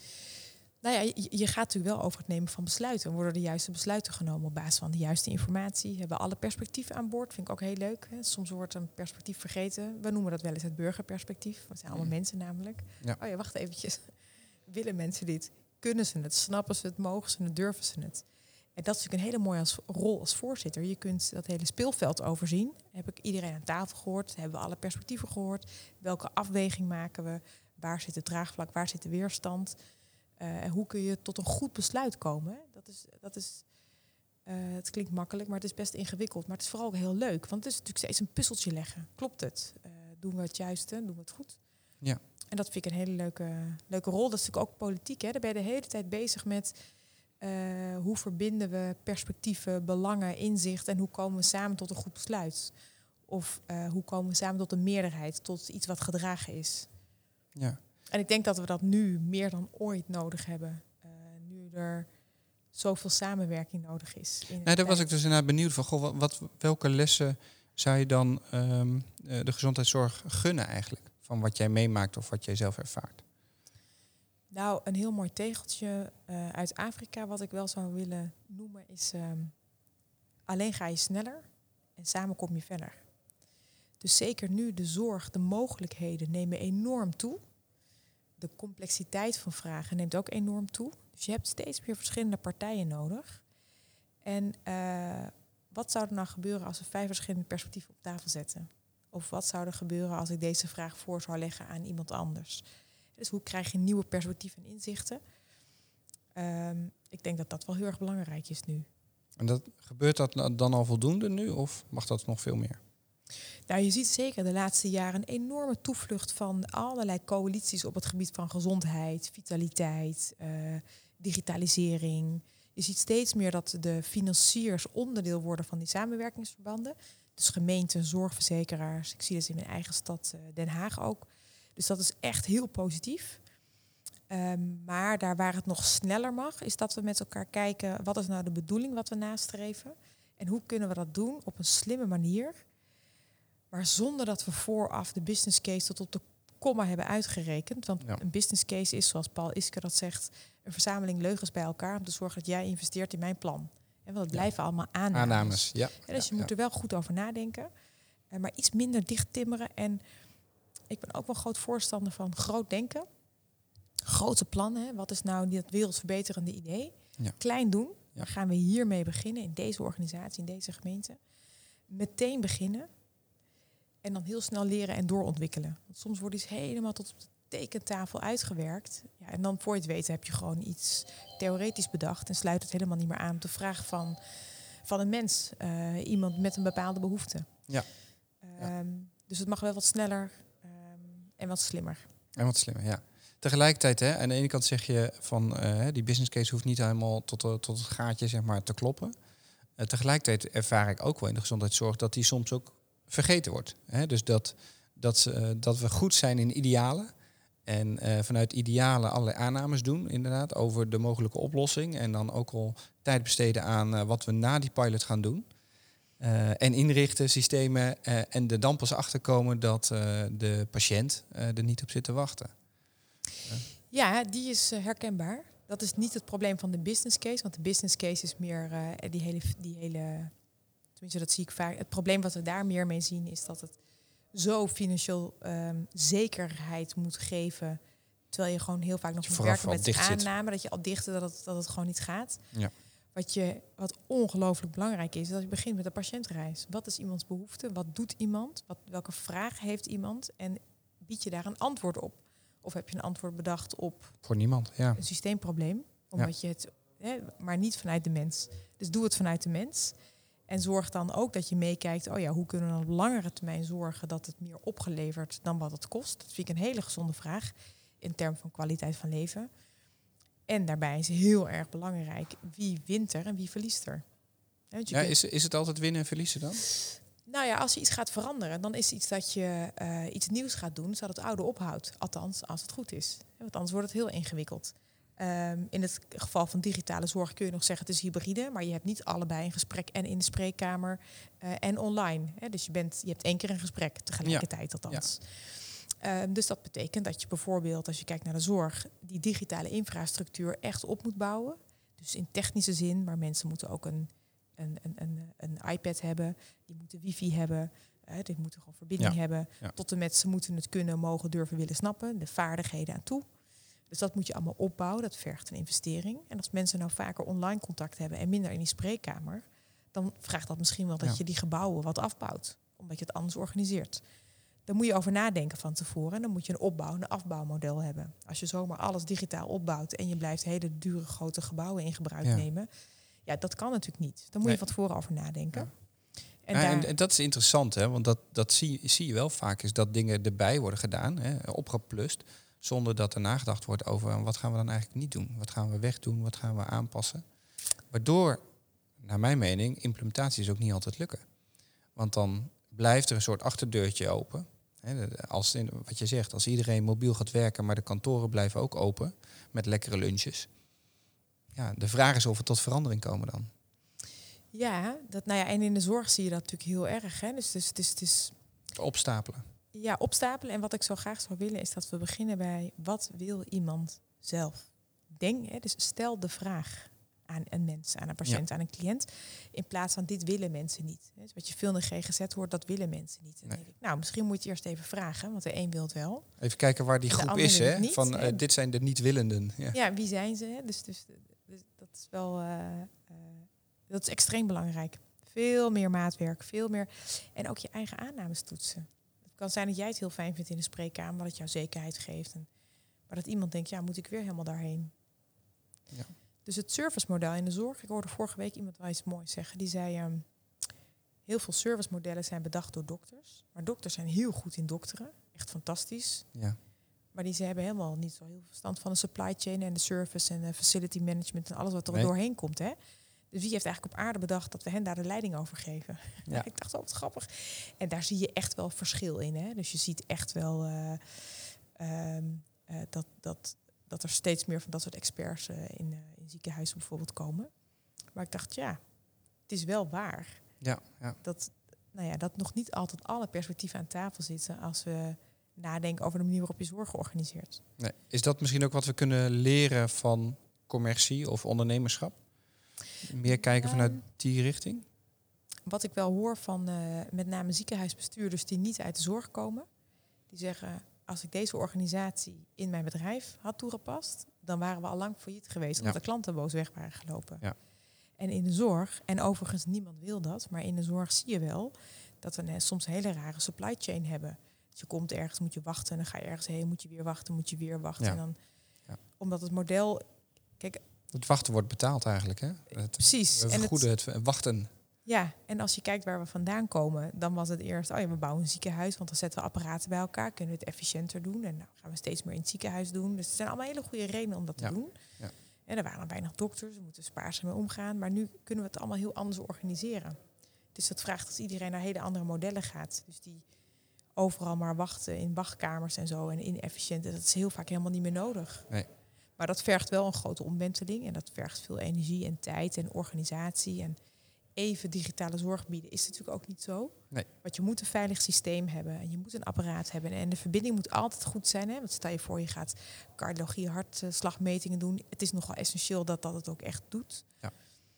Nou ja, je, je gaat natuurlijk wel over het nemen van besluiten. Worden de juiste besluiten genomen op basis van de juiste informatie? Hebben we alle perspectieven aan boord? Vind ik ook heel leuk. Hè? Soms wordt een perspectief vergeten. We noemen dat wel eens het burgerperspectief. Dat zijn allemaal mensen namelijk. Ja. Oh ja, wacht eventjes. Willen mensen dit? Kunnen ze het? Snappen ze het? Mogen ze het? Durven ze het? En dat is natuurlijk een hele mooie als, rol als voorzitter. Je kunt dat hele speelveld overzien. Heb ik iedereen aan tafel gehoord? Hebben we alle perspectieven gehoord? Welke afweging maken we? Waar zit het draagvlak? Waar zit de weerstand? Uh, en hoe kun je tot een goed besluit komen? Dat is, dat is, uh, het klinkt makkelijk, maar het is best ingewikkeld. Maar het is vooral ook heel leuk, want het is natuurlijk steeds een puzzeltje leggen. Klopt het? Uh, doen we het juiste? Doen we het goed? Ja. En dat vind ik een hele leuke, leuke rol. Dat is natuurlijk ook politiek. Hè? Daar ben je de hele tijd bezig met uh, hoe verbinden we perspectieven, belangen, inzicht en hoe komen we samen tot een goed besluit? Of uh, hoe komen we samen tot een meerderheid, tot iets wat gedragen is? Ja. En ik denk dat we dat nu meer dan ooit nodig hebben. Uh, nu er zoveel samenwerking nodig is. In nee, daar was ik dus inderdaad benieuwd van. Goh, wat, welke lessen zou je dan um, de gezondheidszorg gunnen eigenlijk? Van wat jij meemaakt of wat jij zelf ervaart? Nou, een heel mooi tegeltje uh, uit Afrika wat ik wel zou willen noemen is... Um, alleen ga je sneller en samen kom je verder. Dus zeker nu de zorg, de mogelijkheden nemen enorm toe. De complexiteit van vragen neemt ook enorm toe. Dus je hebt steeds meer verschillende partijen nodig. En uh, wat zou er nou gebeuren als we vijf verschillende perspectieven op tafel zetten? Of wat zou er gebeuren als ik deze vraag voor zou leggen aan iemand anders? Dus hoe krijg je nieuwe perspectieven en inzichten? Um, ik denk dat dat wel heel erg belangrijk is nu. En dat, gebeurt dat dan al voldoende nu of mag dat nog veel meer? Nou, je ziet zeker de laatste jaren een enorme toevlucht van allerlei coalities op het gebied van gezondheid, vitaliteit, uh, digitalisering. Je ziet steeds meer dat de financiers onderdeel worden van die samenwerkingsverbanden. Dus gemeenten, zorgverzekeraars. Ik zie dat in mijn eigen stad uh, Den Haag ook. Dus dat is echt heel positief. Um, maar daar waar het nog sneller mag, is dat we met elkaar kijken, wat is nou de bedoeling wat we nastreven? En hoe kunnen we dat doen op een slimme manier? Maar zonder dat we vooraf de business case tot op de komma hebben uitgerekend. Want ja. een business case is, zoals Paul Iske dat zegt, een verzameling leugens bij elkaar om te zorgen dat jij investeert in mijn plan. En want het blijven ja. allemaal aannames. Aannames, ja. En dus ja, je moet ja. er wel goed over nadenken. Uh, maar iets minder dicht timmeren. En ik ben ook wel groot voorstander van groot denken. Grote plannen. Hè. Wat is nou dat wereldverbeterende idee? Ja. Klein doen. Ja. Dan gaan we hiermee beginnen in deze organisatie, in deze gemeente. Meteen beginnen. En dan heel snel leren en doorontwikkelen. Want soms wordt iets helemaal tot op de tekentafel uitgewerkt. Ja, en dan voor je het weet heb je gewoon iets theoretisch bedacht. En sluit het helemaal niet meer aan op de vraag van, van een mens. Uh, iemand met een bepaalde behoefte. Ja. Um, ja. Dus het mag wel wat sneller um, en wat slimmer. En wat slimmer, ja. Tegelijkertijd, hè, aan de ene kant zeg je van uh, die business case hoeft niet helemaal tot, uh, tot het gaatje zeg maar, te kloppen. Uh, tegelijkertijd ervaar ik ook wel in de gezondheidszorg dat die soms ook vergeten wordt. Hè? Dus dat, dat, uh, dat we goed zijn in idealen. En uh, vanuit idealen allerlei aannames doen, inderdaad, over de mogelijke oplossing. En dan ook al tijd besteden aan uh, wat we na die pilot gaan doen. Uh, en inrichten, systemen. Uh, en er dan pas achterkomen dat uh, de patiënt uh, er niet op zit te wachten. Uh. Ja, die is uh, herkenbaar. Dat is niet het probleem van de business case. Want de business case is meer uh, die hele... Die hele Tenminste, dat zie ik vaak. Het probleem wat we daar meer mee zien is dat het zo financieel um, zekerheid moet geven. Terwijl je gewoon heel vaak nog moet werken met aanname. Dat je al dichter dat het, dat het gewoon niet gaat. Ja. Wat, je, wat ongelooflijk belangrijk is, is dat je begint met de patiëntreis. Wat is iemands behoefte? Wat doet iemand? Wat, welke vraag heeft iemand? En bied je daar een antwoord op? Of heb je een antwoord bedacht op voor niemand, ja. een systeemprobleem? Omdat ja. je het, hè, maar niet vanuit de mens. Dus doe het vanuit de mens. En zorg dan ook dat je meekijkt, oh ja, hoe kunnen we op langere termijn zorgen dat het meer opgeleverd dan wat het kost? Dat vind ik een hele gezonde vraag in termen van kwaliteit van leven. En daarbij is heel erg belangrijk, wie wint er en wie verliest er? Ja, is, is het altijd winnen en verliezen dan? Nou ja, als je iets gaat veranderen, dan is het iets dat je uh, iets nieuws gaat doen, zodat het oude ophoudt. Althans, als het goed is. Want anders wordt het heel ingewikkeld. Um, in het geval van digitale zorg kun je nog zeggen het is hybride, maar je hebt niet allebei een gesprek en in de spreekkamer uh, en online. Hè? Dus je, bent, je hebt één keer een gesprek tegelijkertijd, ja. althans. Ja. Um, dus dat betekent dat je bijvoorbeeld, als je kijkt naar de zorg, die digitale infrastructuur echt op moet bouwen. Dus in technische zin, maar mensen moeten ook een, een, een, een, een iPad hebben, die moeten wifi hebben, uh, die moeten gewoon verbinding ja. hebben. Ja. Tot en met ze moeten het kunnen, mogen, durven, willen, snappen, de vaardigheden aan toe. Dus dat moet je allemaal opbouwen, dat vergt een investering. En als mensen nou vaker online contact hebben en minder in die spreekkamer, dan vraagt dat misschien wel dat ja. je die gebouwen wat afbouwt, omdat je het anders organiseert. Daar moet je over nadenken van tevoren en dan moet je een opbouw- en een afbouwmodel hebben. Als je zomaar alles digitaal opbouwt en je blijft hele dure grote gebouwen in gebruik ja. nemen, ja, dat kan natuurlijk niet. Daar moet nee. je van tevoren over nadenken. Ja. En, ja, daar... en, en dat is interessant, hè? Want dat, dat zie, zie je wel vaak, is dat dingen erbij worden gedaan, hè? Opgeplust, zonder dat er nagedacht wordt over wat gaan we dan eigenlijk niet doen. Wat gaan we wegdoen, wat gaan we aanpassen. Waardoor, naar mijn mening, implementaties ook niet altijd lukken. Want dan blijft er een soort achterdeurtje open. He, als in, wat je zegt, als iedereen mobiel gaat werken, maar de kantoren blijven ook open met lekkere lunches. Ja, de vraag is of er tot verandering komen dan. Ja, dat, nou ja, en in de zorg zie je dat natuurlijk heel erg. Hè? Dus, dus het is, het is opstapelen. Ja, opstapelen. En wat ik zo graag zou willen is dat we beginnen bij wat wil iemand zelf? Denk, hè, dus stel de vraag aan een mens, aan een patiënt, ja. aan een cliënt, in plaats van dit willen mensen niet. Dus wat je veel in de G G Z hoort, dat willen mensen niet. Dan nee. denk ik, nou, misschien moet je eerst even vragen, want de een wil het wel. Even kijken waar die groep is, hè? Niet, van uh, dit zijn de niet-willenden. Ja. ja, wie zijn ze? Hè? Dus, dus, dus dat is wel, uh, uh, dat is extreem belangrijk. Veel meer maatwerk, veel meer. En ook je eigen aannames toetsen. Het kan zijn dat jij het heel fijn vindt in de spreekkamer, dat het jou zekerheid geeft. En, maar dat iemand denkt, ja, moet ik weer helemaal daarheen? Ja. Dus het servicemodel in de zorg. Ik hoorde vorige week iemand wel iets moois zeggen. Die zei, um, heel veel servicemodellen zijn bedacht door dokters. Maar dokters zijn heel goed in dokteren. Echt fantastisch. Ja. Maar die ze hebben helemaal niet zo heel veel verstand van de supply chain en de service en de facility management en alles wat er nee. doorheen komt. Hè? Dus wie heeft eigenlijk op aarde bedacht dat we hen daar de leiding over geven? Ja. Ik dacht, oh, wat grappig. En daar zie je echt wel verschil in. Hè? Dus je ziet echt wel uh, um, uh, dat, dat, dat er steeds meer van dat soort experts uh, in, uh, in ziekenhuizen bijvoorbeeld komen. Maar ik dacht, ja, het is wel waar. Ja, ja. Dat, nou ja, dat nog niet altijd alle perspectieven aan tafel zitten als we nadenken over de manier waarop je zorg organiseert. Nee. Is dat misschien ook wat we kunnen leren van commercie of ondernemerschap? Meer kijken ja. vanuit die richting? Wat ik wel hoor van uh, met name ziekenhuisbestuurders die niet uit de zorg komen. Die zeggen, als ik deze organisatie in mijn bedrijf had toegepast, dan waren we al lang failliet geweest, omdat ja. de klanten boos weg waren gelopen. Ja. En in de zorg, en overigens niemand wil dat, maar in de zorg zie je wel dat we uh, soms een hele rare supply chain hebben. Dus je komt ergens, moet je wachten, en dan ga je ergens heen, moet je weer wachten, moet je weer wachten. Ja. En dan, ja. Omdat het model... Kijk, het wachten wordt betaald eigenlijk, hè? Het, precies. We vergoeden het, het wachten. Ja, en als je kijkt waar we vandaan komen, dan was het eerst, oh ja, we bouwen een ziekenhuis, want dan zetten we apparaten bij elkaar, kunnen we het efficiënter doen. En nou gaan we steeds meer in het ziekenhuis doen. Dus het zijn allemaal hele goede redenen om dat te ja. doen. Ja. En er waren weinig dokters, we moeten spaarzaam mee omgaan. Maar nu kunnen we het allemaal heel anders organiseren. Dus dat vraagt dat iedereen naar hele andere modellen gaat. Dus die overal maar wachten in wachtkamers en zo en inefficiënt. Dat is heel vaak helemaal niet meer nodig. Nee. Maar dat vergt wel een grote omwenteling. En dat vergt veel energie en tijd en organisatie. En even digitale zorg bieden is natuurlijk ook niet zo. Nee. Want je moet een veilig systeem hebben. En je moet een apparaat hebben. En de verbinding moet altijd goed zijn. Hè? Want stel je voor, je gaat cardiologie, hartslagmetingen doen. Het is nogal essentieel dat dat het ook echt doet. Ja.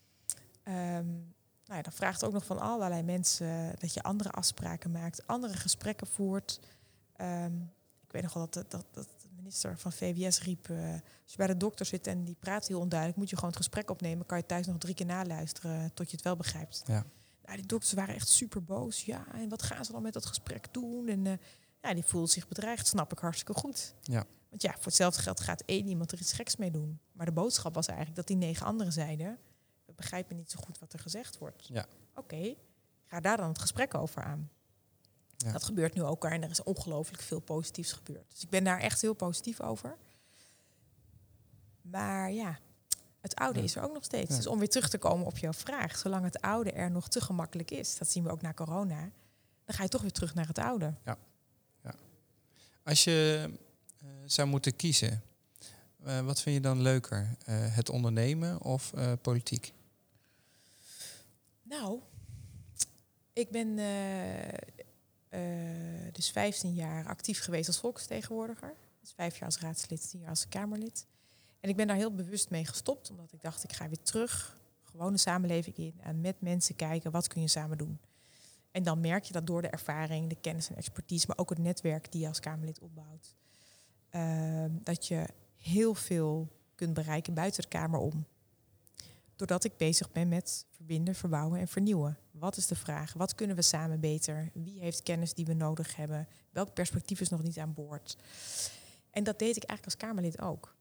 Um, nou ja, dan vraagt het ook nog van allerlei mensen dat je andere afspraken maakt. Andere gesprekken voert. Um, ik weet nog wel dat, dat, dat de minister van V W S riep, Uh, als je bij de dokter zit en die praat heel onduidelijk, moet je gewoon het gesprek opnemen. Kan je thuis nog drie keer naluisteren tot je het wel begrijpt. Ja. Nou, die dokters waren echt super boos. Ja, en wat gaan ze dan met dat gesprek doen? En uh, ja, die voelde zich bedreigd, snap ik hartstikke goed. Ja. Want ja, voor hetzelfde geld gaat één iemand er iets geks mee doen. Maar de boodschap was eigenlijk dat die negen anderen zeiden, we begrijpen niet zo goed wat er gezegd wordt. Ja. Oké, okay, ga daar dan het gesprek over aan. Ja. Dat gebeurt nu ook en er is ongelooflijk veel positiefs gebeurd. Dus ik ben daar echt heel positief over. Maar ja, het oude ja. is er ook nog steeds. Ja. Dus om weer terug te komen op jouw vraag. Zolang het oude er nog te gemakkelijk is, dat zien we ook na corona, dan ga je toch weer terug naar het oude. Ja. ja. Als je uh, zou moeten kiezen, uh, wat vind je dan leuker? Uh, het ondernemen of uh, politiek? Nou, ik ben uh, uh, dus vijftien jaar actief geweest als volksvertegenwoordiger. Dus vijf jaar als raadslid, tien jaar als Kamerlid. En ik ben daar heel bewust mee gestopt, omdat ik dacht, ik ga weer terug, gewoon de samenleving in en met mensen kijken, wat kun je samen doen. En dan merk je dat door de ervaring, de kennis en expertise, maar ook het netwerk die je als Kamerlid opbouwt, uh, dat je heel veel kunt bereiken buiten de Kamer om. Doordat ik bezig ben met verbinden, verbouwen en vernieuwen. Wat is de vraag? Wat kunnen we samen beter? Wie heeft kennis die we nodig hebben? Welk perspectief is nog niet aan boord? En dat deed ik eigenlijk als Kamerlid ook.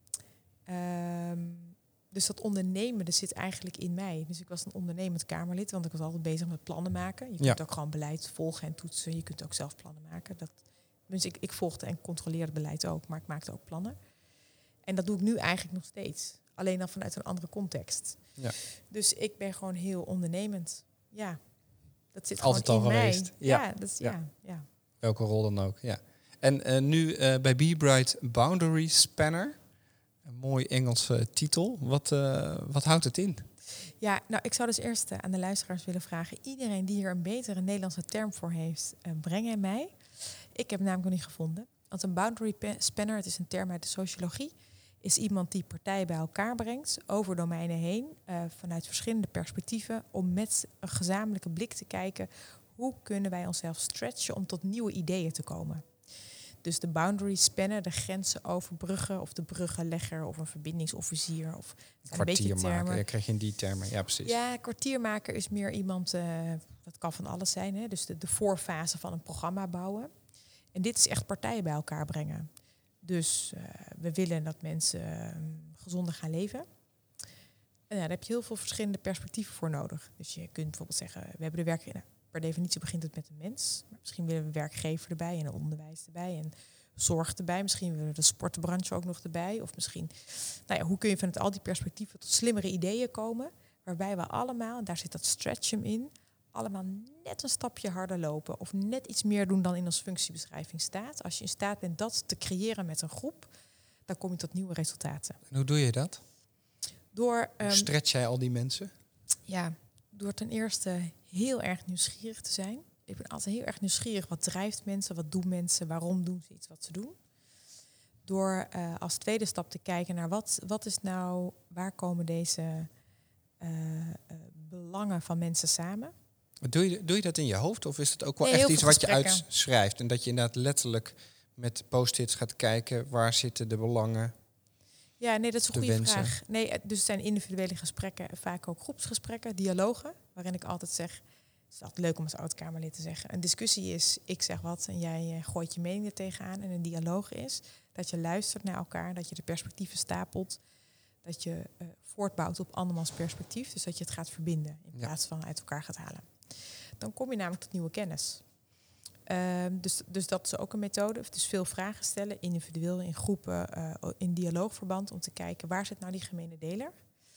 Um, dus dat ondernemen, dat zit eigenlijk in mij. Dus ik was een ondernemend Kamerlid, want ik was altijd bezig met plannen maken. Je kunt ja. ook gewoon beleid volgen en toetsen. Je kunt ook zelf plannen maken. Dat, dus ik, ik volgde en controleerde beleid ook, maar ik maakte ook plannen. En dat doe ik nu eigenlijk nog steeds. Alleen dan vanuit een andere context. Ja. Dus ik ben gewoon heel ondernemend. Ja, dat zit altijd gewoon al in geweest. mij. Ja, ja, dat is, ja. Ja, ja. Welke rol dan ook, ja. En uh, nu uh, bij Be Bright Boundary Spanner. Een mooi Engelse titel. Wat, uh, wat houdt het in? Ja, nou, ik zou dus eerst uh, aan de luisteraars willen vragen. Iedereen die hier een betere Nederlandse term voor heeft, uh, breng hij mij. Ik heb hem namelijk nog niet gevonden. Want een boundary spanner, het is een term uit de sociologie, is iemand die partijen bij elkaar brengt, over domeinen heen, uh, vanuit verschillende perspectieven, om met een gezamenlijke blik te kijken, hoe kunnen wij onszelf stretchen om tot nieuwe ideeën te komen. Dus de boundary spannen, de grenzen overbruggen, of de bruggenlegger, of een verbindingsofficier. Of kwartiermaker, ja, krijg je in die termen, ja precies. Ja, kwartiermaker is meer iemand, uh, dat kan van alles zijn, hè? Dus de, de voorfase van een programma bouwen. En dit is echt partijen bij elkaar brengen. Dus uh, we willen dat mensen uh, gezonder gaan leven. En ja, daar heb je heel veel verschillende perspectieven voor nodig. Dus je kunt bijvoorbeeld zeggen, we hebben de werk... Nou, per definitie begint het met een mens. Maar misschien willen we werkgever erbij en een onderwijs erbij en zorg erbij. Misschien willen we de sportbranche ook nog erbij. Of misschien, nou ja, hoe kun je vanuit al die perspectieven tot slimmere ideeën komen, waarbij we allemaal, en daar zit dat stretchem in, allemaal net een stapje harder lopen of net iets meer doen dan in onze functiebeschrijving staat. Als je in staat bent dat te creëren met een groep, dan kom je tot nieuwe resultaten. En hoe doe je dat? Door, um, stretch jij al die mensen? Ja, door ten eerste heel erg nieuwsgierig te zijn. Ik ben altijd heel erg nieuwsgierig. Wat drijft mensen? Wat doen mensen? Waarom doen ze iets wat ze doen? Door uh, als tweede stap te kijken naar wat, wat is nou, waar komen deze uh, uh, belangen van mensen samen? Doe je, doe je dat in je hoofd of is het ook wel nee, echt iets wat je uitschrijft? En dat je inderdaad letterlijk met post-its gaat kijken, waar zitten de belangen? Ja, nee, dat is een goede wensen. vraag. Nee, dus het zijn individuele gesprekken, vaak ook groepsgesprekken, dialogen, waarin ik altijd zeg, het is altijd leuk om als oud-Kamerlid te zeggen, een discussie is, ik zeg wat en jij uh, gooit je mening er tegenaan. En een dialoog is dat je luistert naar elkaar, dat je de perspectieven stapelt, dat je uh, voortbouwt op andermans perspectief, dus dat je het gaat verbinden in plaats van uit elkaar gaat halen. Dan kom je namelijk tot nieuwe kennis. Uh, dus, dus dat is ook een methode. Dus veel vragen stellen, individueel, in groepen, uh, in dialoogverband, om te kijken waar zit nou die gemene deler.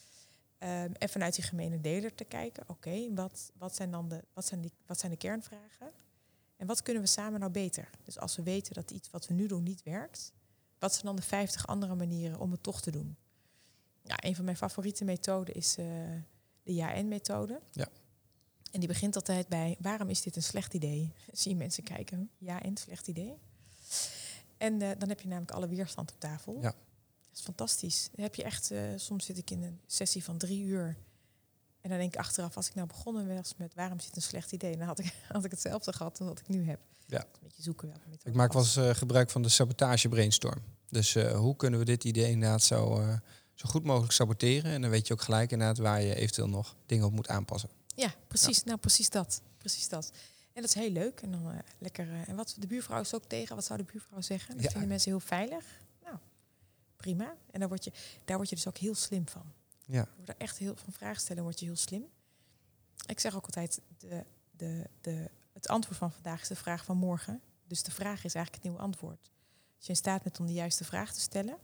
Um, en vanuit die gemene deler te kijken, oké, okay, wat, wat zijn dan de, wat zijn die, wat zijn de kernvragen? En wat kunnen we samen nou beter? Dus als we weten dat iets wat we nu doen niet werkt, wat zijn dan de vijftig andere manieren om het toch te doen? Ja, een van mijn favoriete methoden is uh, de ja-en-methode. Ja. En die begint altijd bij, waarom is dit een slecht idee? Zie je mensen kijken, ja en slecht idee. En uh, dan heb je namelijk alle weerstand op tafel. Ja. Dat is fantastisch. Dan heb je echt, uh, soms zit ik in een sessie van drie uur. En dan denk ik achteraf, als ik nou begonnen was met waarom is dit een slecht idee, dan had ik, had ik hetzelfde gehad dan wat ik nu heb. Ja. Een beetje zoeken welke methode. Ik maak wel eens uh, gebruik van de sabotage brainstorm. Dus uh, hoe kunnen we dit idee inderdaad zo, uh, zo goed mogelijk saboteren? En dan weet je ook gelijk inderdaad waar je eventueel nog dingen op moet aanpassen. Ja, precies. Ja. Nou, precies dat. Precies dat. En dat is heel leuk. En dan uh, lekker. Uh, en wat de buurvrouw is ook tegen. Wat zou de buurvrouw zeggen? Dat ja. vinden mensen heel veilig. Nou, prima. En dan word je, daar word je dus ook heel slim van. Ja. Je wordt er echt heel van vragen stellen, word je heel slim. Ik zeg ook altijd, de, de, de, het antwoord van vandaag is de vraag van morgen. Dus de vraag is eigenlijk het nieuwe antwoord. Als je in staat bent om de juiste vraag te stellen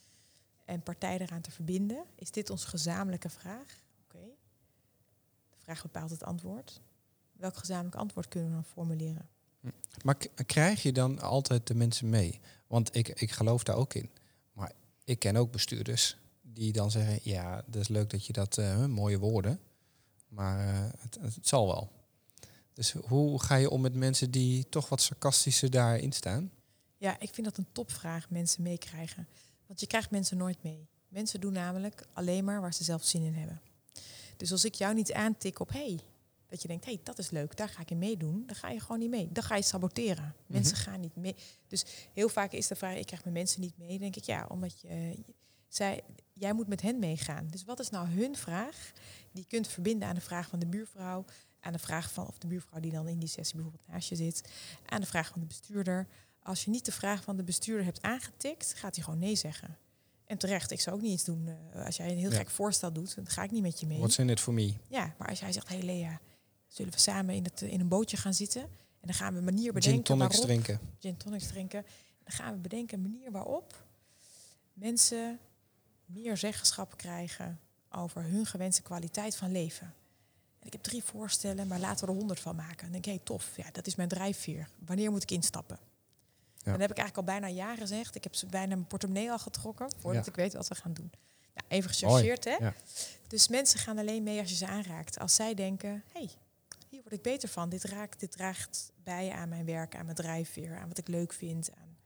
en partijen eraan te verbinden, is dit onze gezamenlijke vraag. Oké. Okay. De vraag bepaalt het antwoord. Welk gezamenlijk antwoord kunnen we dan formuleren? Maar k- krijg je dan altijd de mensen mee? Want ik, ik geloof daar ook in. Maar ik ken ook bestuurders die dan zeggen... ja, dat is leuk dat je dat... Uh, mooie woorden. Maar uh, het, het zal wel. Dus hoe ga je om met mensen die toch wat sarcastischer daarin staan? Ja, ik vind dat een topvraag, mensen meekrijgen. Want je krijgt mensen nooit mee. Mensen doen namelijk alleen maar waar ze zelf zin in hebben. Dus als ik jou niet aantik op... hey, dat je denkt, hé, hey, dat is leuk, daar ga ik in meedoen. Dan ga je gewoon niet mee. Dan ga je saboteren. Mensen mm-hmm. gaan niet mee. Dus heel vaak is de vraag, ik krijg mijn mensen niet mee. Dan denk ik, ja, omdat je... Zij, jij moet met hen meegaan. Dus wat is nou hun vraag? Die je kunt verbinden aan de vraag van de buurvrouw... aan de vraag van, of de buurvrouw die dan in die sessie bijvoorbeeld naast je zit... aan de vraag van de bestuurder. Als je niet de vraag van de bestuurder hebt aangetikt... gaat hij gewoon nee zeggen. En terecht, ik zou ook niet iets doen. Uh, als jij een heel ja. gek voorstel doet, dan ga ik niet met je mee. What's in it for me? Ja, maar als jij zegt, hé hey Lea... zullen we samen in, het, in een bootje gaan zitten... en dan gaan we een manier bedenken Gin tonics waarop... drinken. Gin tonics drinken. En dan gaan we bedenken een manier waarop... mensen meer zeggenschap krijgen... over hun gewenste kwaliteit van leven. En ik heb drie voorstellen, maar laten we er honderd van maken. Dan denk ik, hé, hey, tof, ja, dat is mijn drijfveer. Wanneer moet ik instappen? Ja. En dat heb ik eigenlijk al bijna ja gezegd. Ik heb ze bijna mijn portemonnee al getrokken... voordat ja. ik weet wat we gaan doen. Nou, even gechargeerd, hè? Ja. Dus mensen gaan alleen mee als je ze aanraakt. Als zij denken, hé, hey, hier word ik beter van. Dit raakt, dit draagt bij aan mijn werk, aan mijn drijfveer... aan wat ik leuk vind. Aan,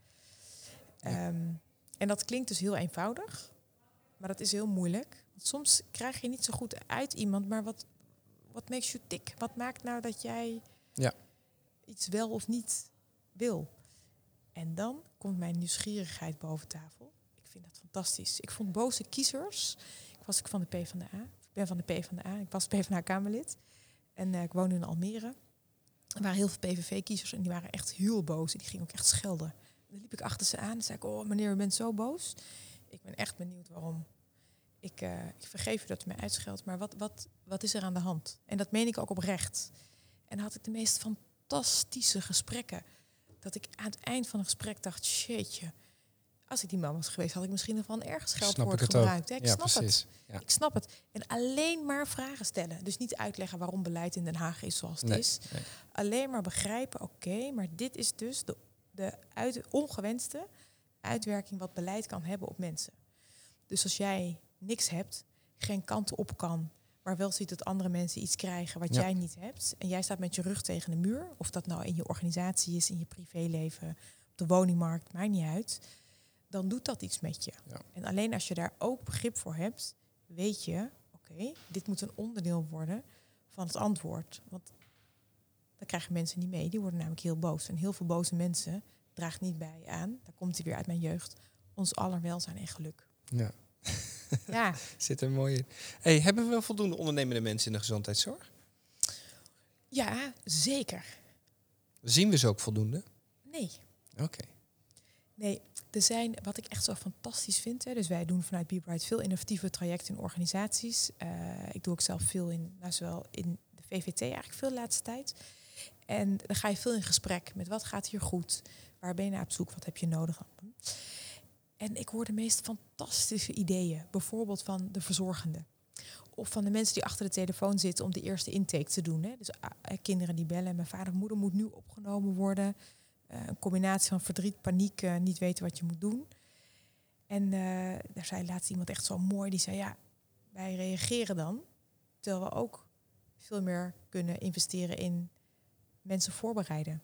ja. um, en dat klinkt dus heel eenvoudig... maar dat is heel moeilijk. Want soms krijg je niet zo goed uit iemand... maar wat, wat makes you tick? Wat maakt nou dat jij ja. iets wel of niet wil? En dan komt mijn nieuwsgierigheid boven tafel. Ik vind dat fantastisch. Ik vond boze kiezers... Ik was ik van de PvdA. Ik ben van de PvdA. Ik was PvdA-Kamerlid. En uh, ik woon in Almere. Er waren heel veel P V V-kiezers en die waren echt heel boos. En die gingen ook echt schelden. En dan liep ik achter ze aan en zei ik... oh, meneer, u bent zo boos. Ik ben echt benieuwd waarom. Ik, uh, ik vergeef u dat u mij uitscheldt, maar wat, wat, wat is er aan de hand? En dat meen ik ook oprecht. En dan had ik de meest fantastische gesprekken. Dat ik aan het eind van een gesprek dacht... shitje, als ik die man was geweest... had ik misschien nog wel een erg scheldwoord gebruikt. Hè? Ik ja, snap precies. het. Ja. Ik snap het. En alleen maar vragen stellen. Dus niet uitleggen waarom beleid in Den Haag is zoals het nee, is. Nee. Alleen maar begrijpen, oké, okay, maar dit is dus de, de uit, ongewenste uitwerking... wat beleid kan hebben op mensen. Dus als jij niks hebt, geen kanten op kan... maar wel ziet dat andere mensen iets krijgen wat ja. jij niet hebt... en jij staat met je rug tegen de muur... of dat nou in je organisatie is, in je privéleven... op de woningmarkt, maakt niet uit... dan doet dat iets met je. Ja. En alleen als je daar ook begrip voor hebt... weet je, oké, okay, dit moet een onderdeel worden van het antwoord. Want dan krijgen mensen niet mee. Die worden namelijk heel boos. En heel veel boze mensen draagt niet bij aan... daar komt hij weer uit mijn jeugd... ons aller welzijn en geluk. Ja. Ja. Zit er mooi in. Hey, hebben we wel voldoende ondernemende mensen in de gezondheidszorg? Ja, zeker. Zien we ze ook voldoende? Nee. Oké. Okay. Nee, er zijn, wat ik echt zo fantastisch vind... Hè, dus wij doen vanuit Be Bright veel innovatieve trajecten in organisaties. Uh, ik doe ook zelf veel in, nou, zowel in de V V T eigenlijk veel de laatste tijd. En dan ga je veel in gesprek met wat gaat hier goed? Waar ben je naar op zoek? Wat heb je nodig? En ik hoor de meest fantastische ideeën. Bijvoorbeeld van de verzorgenden. Of van de mensen die achter de telefoon zitten om de eerste intake te doen. Hè. Dus uh, kinderen die bellen. Mijn vader en moeder moet nu opgenomen worden. Uh, een combinatie van verdriet, paniek, uh, niet weten wat je moet doen. En uh, daar zei laatst iemand echt zo mooi. Die zei, ja, wij reageren dan. Terwijl we ook veel meer kunnen investeren in mensen voorbereiden.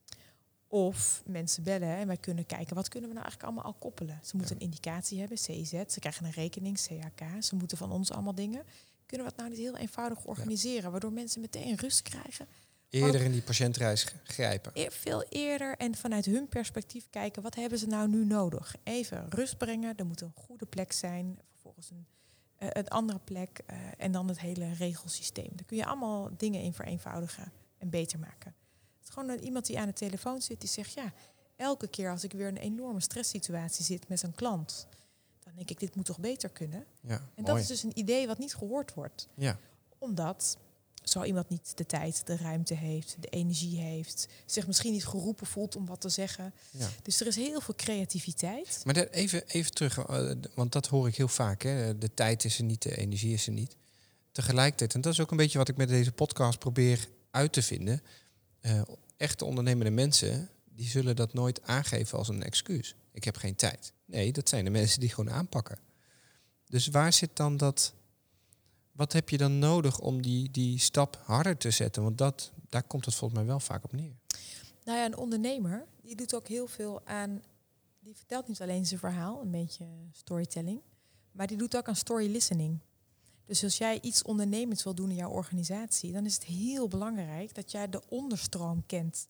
Of mensen bellen en wij kunnen kijken... wat kunnen we nou eigenlijk allemaal al koppelen? Ze moeten ja. een indicatie hebben, C I Z. Ze krijgen een rekening, C H K. Ze moeten van ons allemaal dingen. Kunnen we het nou niet heel eenvoudig organiseren... Ja. waardoor mensen meteen rust krijgen? Eerder in die patiëntreis grijpen. Veel eerder en vanuit hun perspectief kijken... wat hebben ze nou nu nodig? Even rust brengen, er moet een goede plek zijn... vervolgens een, uh, een andere plek uh, en dan het hele regelsysteem. Daar kun je allemaal dingen in vereenvoudigen en beter maken. Het is gewoon iemand die aan de telefoon zit die zegt... ja, elke keer als ik weer in een enorme stresssituatie zit met een klant... dan denk ik, dit moet toch beter kunnen? Ja, en mooi. dat is dus een idee wat niet gehoord wordt. Ja. Omdat... zo iemand niet de tijd, de ruimte heeft, de energie heeft... zich misschien niet geroepen voelt om wat te zeggen. Ja. Dus er is heel veel creativiteit. Maar de, even, even terug, uh, want dat hoor ik heel vaak. Hè. De tijd is er niet, de energie is er niet. Tegelijkertijd, en dat is ook een beetje wat ik met deze podcast probeer uit te vinden. Uh, echte ondernemende mensen, die zullen dat nooit aangeven als een excuus. Ik heb geen tijd. Nee, dat zijn de mensen die gewoon aanpakken. Dus waar zit dan dat... Wat heb je dan nodig om die, die stap harder te zetten? Want dat, daar komt het volgens mij wel vaak op neer. Nou ja, een ondernemer, die doet ook heel veel aan... Die vertelt niet alleen zijn verhaal, een beetje storytelling... maar die doet ook aan story listening. Dus als jij iets ondernemends wil doen in jouw organisatie... dan is het heel belangrijk dat jij de onderstroom kent.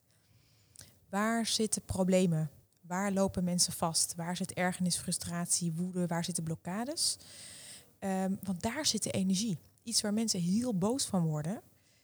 Waar zitten problemen? Waar lopen mensen vast? Waar zit ergernis, frustratie, woede? Waar zitten blokkades? Um, want daar zit de energie. Iets waar mensen heel boos van worden.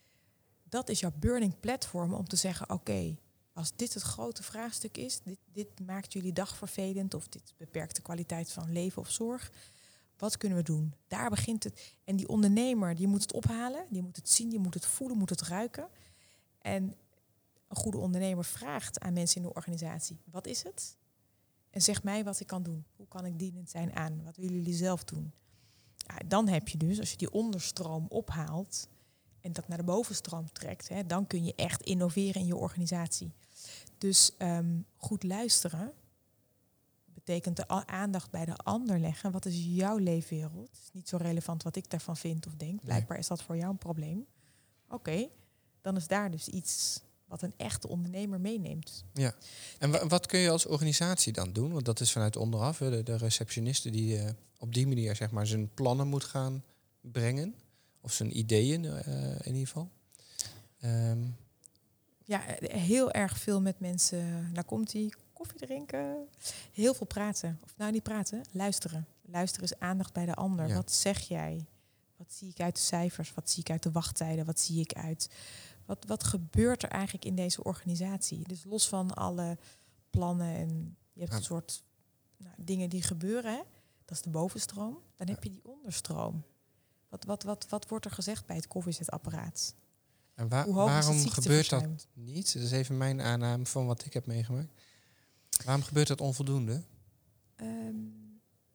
Dat is jouw burning platform om te zeggen... oké, okay, als dit het grote vraagstuk is... Dit, dit maakt jullie dag vervelend... of dit beperkt de kwaliteit van leven of zorg... wat kunnen we doen? Daar begint het. En die ondernemer die moet het ophalen. Die moet het zien, die moet het voelen, moet het ruiken. En een goede ondernemer vraagt aan mensen in de organisatie... wat is het? En zeg mij wat ik kan doen. Hoe kan ik dienend zijn aan? Wat willen jullie zelf doen? Ja, dan heb je dus, als je die onderstroom ophaalt... en dat naar de bovenstroom trekt... Hè, dan kun je echt innoveren in je organisatie. Dus um, goed luisteren... betekent de aandacht bij de ander leggen. Wat is jouw leefwereld? Het is niet zo relevant wat ik daarvan vind of denk. Blijkbaar is dat voor jou een probleem. Oké, okay, dan is daar dus iets... wat een echte ondernemer meeneemt. Ja. En w- wat kun je als organisatie dan doen? Want dat is vanuit onderaf. De, de receptioniste die uh, op die manier zeg maar zijn plannen moet gaan brengen. Of zijn ideeën uh, in ieder geval. Um. Ja, heel erg veel met mensen. Daar komt hij koffie drinken. Heel veel praten. Of nou niet praten, luisteren. Luisteren is aandacht bij de ander. Ja. Wat zeg jij? Wat zie ik uit de cijfers? Wat zie ik uit de wachttijden? Wat zie ik uit... Wat, wat gebeurt er eigenlijk in deze organisatie? Dus los van alle plannen en je hebt ja. een soort nou, dingen die gebeuren. Hè? Dat is de bovenstroom. Dan ja. heb je die onderstroom. Wat, wat, wat, wat wordt er gezegd bij het koffiezetapparaat? En wa- waarom gebeurt dat niet? Dat is even mijn aanname van wat ik heb meegemaakt. Waarom gebeurt dat onvoldoende? Um,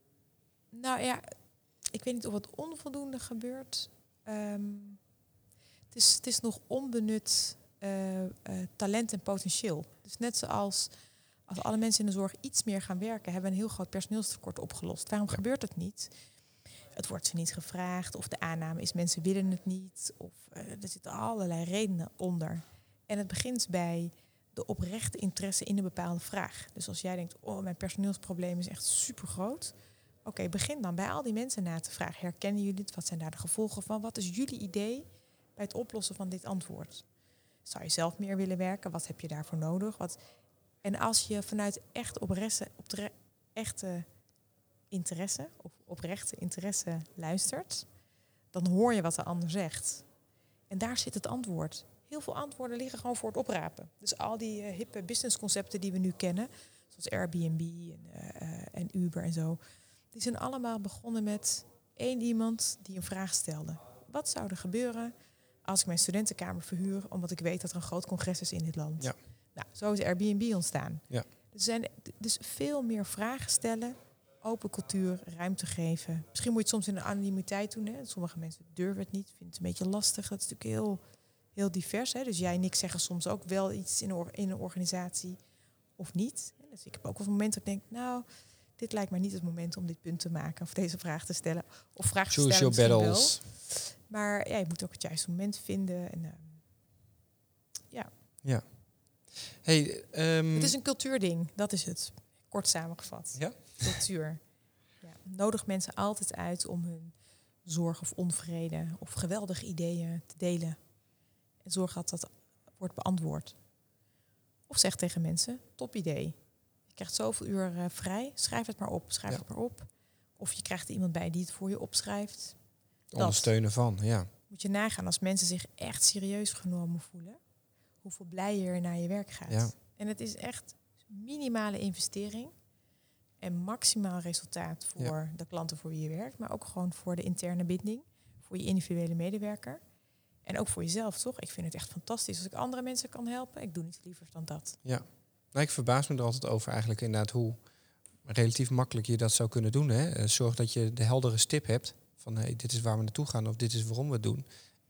nou ja, ik weet niet of het onvoldoende gebeurt... Um, Het is, het is nog onbenut uh, uh, talent en potentieel. Dus net zoals als alle mensen in de zorg iets meer gaan werken... hebben we een heel groot personeelstekort opgelost. Waarom ja. gebeurt het niet? Het wordt ze niet gevraagd. Of de aanname is mensen willen het niet. Of uh, er zitten allerlei redenen onder. En het begint bij de oprechte interesse in een bepaalde vraag. Dus als jij denkt, oh, mijn personeelsprobleem is echt super groot... Oké, okay, begin dan bij al die mensen na te vragen. Herkennen jullie dit? Wat zijn daar de gevolgen van? Wat is jullie idee... bij het oplossen van dit antwoord? Zou je zelf meer willen werken? Wat heb je daarvoor nodig? Wat... En als je vanuit echt oprechte, optre... echte interesse of oprechte interesse luistert, dan hoor je wat de ander zegt. En daar zit het antwoord. Heel veel antwoorden liggen gewoon voor het oprapen. Dus al die uh, hippe businessconcepten die we nu kennen, zoals Airbnb en, uh, en Uber en zo, die zijn allemaal begonnen met één iemand die een vraag stelde. Wat zou er gebeuren als ik mijn studentenkamer verhuur, omdat ik weet dat er een groot congres is in dit land? Ja. Nou, zo is Airbnb ontstaan. Ja. Er zijn dus veel meer vragen stellen, open cultuur, ruimte geven. Misschien moet je het soms in een anonimiteit doen. Hè? Sommige mensen durven het niet, vinden het een beetje lastig. Dat is natuurlijk heel, heel divers. Hè? Dus jij en ik zeggen soms ook wel iets in een, in een organisatie of niet. Dus ik heb ook wel momenten dat ik denk, nou, dit lijkt mij niet het moment om dit punt te maken of deze vraag te stellen. Of vragen te stellen misschien battles. wel. Maar ja, je moet ook het juiste moment vinden. En, uh, ja. Ja. Hey, um... Het is een cultuurding, dat is het. Kort samengevat. Ja? Cultuur. Ja. Nodig mensen altijd uit om hun zorg of onvrede of geweldige ideeën te delen. En zorg dat dat wordt beantwoord. Of zeg tegen mensen, top idee. Je krijgt zoveel uur uh, vrij, schrijf het maar op. Schrijf ja. het maar op. Of je krijgt er iemand bij die het voor je opschrijft. Ondersteunen van, ja. Moet je nagaan als mensen zich echt serieus genomen voelen, hoeveel blijer je naar je werk gaat. Ja. En het is echt minimale investering en maximaal resultaat voor ja. de klanten voor wie je werkt, maar ook gewoon voor de interne binding, voor je individuele medewerker en ook voor jezelf, toch? Ik vind het echt fantastisch. Als ik andere mensen kan helpen, ik doe niets liever dan dat. Ja, nou, ik verbaas me er altijd over eigenlijk inderdaad hoe relatief makkelijk je dat zou kunnen doen. Hè? Zorg dat je de heldere stip hebt van hey, dit is waar we naartoe gaan of dit is waarom we het doen.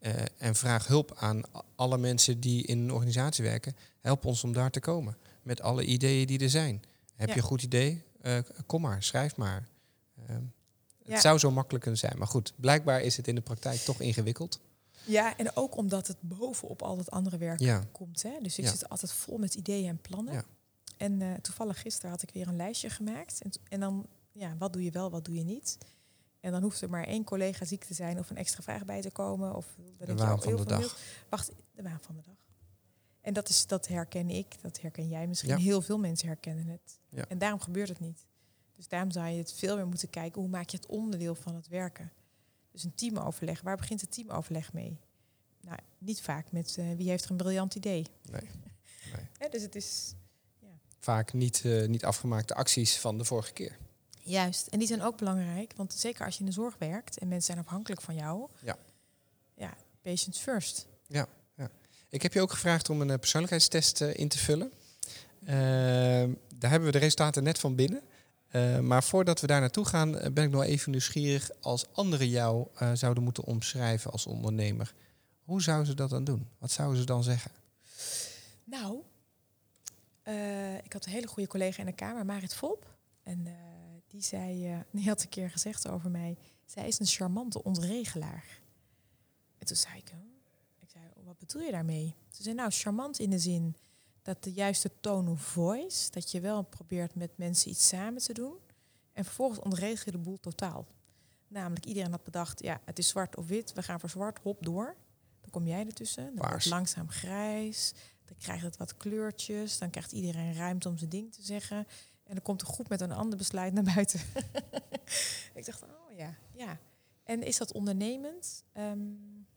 Uh, en vraag hulp aan alle mensen die in een organisatie werken. Help ons om daar te komen. Met alle ideeën die er zijn. Heb Ja. je een goed idee? Uh, kom maar, schrijf maar. Uh, het Ja. zou zo makkelijk kunnen zijn. Maar goed, blijkbaar is het in de praktijk toch ingewikkeld. Ja, en ook omdat het bovenop al het andere werk Ja. komt. Hè? Dus ik Ja. zit altijd vol met ideeën en plannen. Ja. En uh, toevallig gisteren had ik weer een lijstje gemaakt. En, en dan, ja, wat doe je wel, wat doe je niet? En dan hoeft er maar één collega ziek te zijn of een extra vraag bij te komen. Of de waan van de dag. Mails. Wacht, de waan van de dag. En dat, is, dat herken ik, dat herken jij misschien. Ja. Heel veel mensen herkennen het. Ja. En daarom gebeurt het niet. Dus daarom zou je het veel meer moeten kijken. Hoe maak je het onderdeel van het werken? Dus een teamoverleg. Waar begint het teamoverleg mee? Nou, niet vaak met uh, wie heeft er een briljant idee. Nee. nee. Ja, dus het is... Ja. Vaak niet, uh, niet afgemaakte acties van de vorige keer. Juist. En die zijn ook belangrijk. Want zeker als je in de zorg werkt en mensen zijn afhankelijk van jou. Ja. Ja, patients first. Ja, ja. Ik heb je ook gevraagd om een uh, persoonlijkheidstest uh, in te vullen. Uh, daar hebben we de resultaten net van binnen. Uh, maar voordat we daar naartoe gaan, uh, ben ik nog even nieuwsgierig. Als anderen jou uh, zouden moeten omschrijven als ondernemer, hoe zouden ze dat dan doen? Wat zouden ze dan zeggen? Nou, uh, ik had een hele goede collega in de Kamer, Marit Volp. En uh, die zei, uh, die had een keer gezegd over mij, zij is een charmante ontregelaar. En toen zei ik, oh. ik zei, wat bedoel je daarmee? Ze zei, nou, charmant in de zin dat de juiste tone of voice, dat je wel probeert met mensen iets samen te doen. En vervolgens ontregel je de boel totaal. Namelijk, iedereen had bedacht, ja, het is zwart of wit, we gaan voor zwart, hop, door. Dan kom jij ertussen, dan wordt het langzaam grijs, dan krijgt het wat kleurtjes, dan krijgt iedereen ruimte om zijn ding te zeggen. En dan komt een groep met een ander besluit naar buiten. Ik dacht, oh ja, ja. En is dat ondernemend? Um,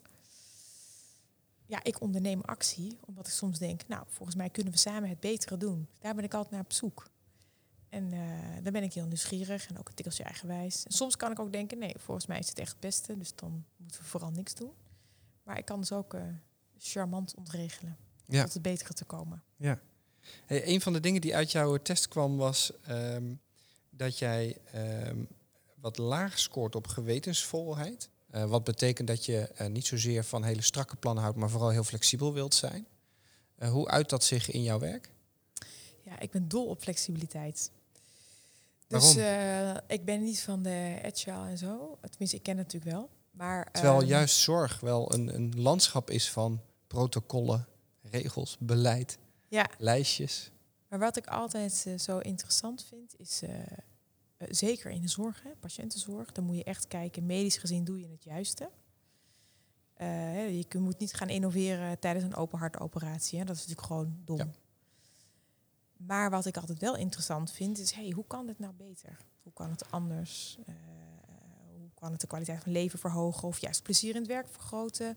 ja, ik onderneem actie, omdat ik soms denk, nou, volgens mij kunnen we samen het betere doen. Daar ben ik altijd naar op zoek. En uh, dan ben ik heel nieuwsgierig en ook een tikkeltje eigenwijs. En soms kan ik ook denken, nee, volgens mij is het echt het beste, dus dan moeten we vooral niks doen. Maar ik kan dus ook uh, charmant ontregelen, om ja. tot het betere te komen. Ja. Hey, een van de dingen die uit jouw test kwam was um, dat jij um, wat laag scoort op gewetensvolheid. Uh, wat betekent dat je uh, niet zozeer van hele strakke plannen houdt, maar vooral heel flexibel wilt zijn. Uh, hoe uit dat zich in jouw werk? Ja, ik ben dol op flexibiliteit. Waarom? Dus uh, ik ben niet van de agile en zo. Tenminste, ik ken het natuurlijk wel. Maar, Terwijl um, juist zorg wel een, een landschap is van protocollen, regels, beleid, ja. lijstjes. Maar wat ik altijd uh, zo interessant vind, is uh, uh, zeker in de zorg, hè, patiëntenzorg, dan moet je echt kijken, medisch gezien doe je het juiste. Uh, je moet niet gaan innoveren tijdens een open hartoperatie. Hè. Dat is natuurlijk gewoon dom. Ja. Maar wat ik altijd wel interessant vind, is hey, hoe kan dit nou beter? Hoe kan het anders? Uh, hoe kan het de kwaliteit van leven verhogen of juist plezier in het werk vergroten?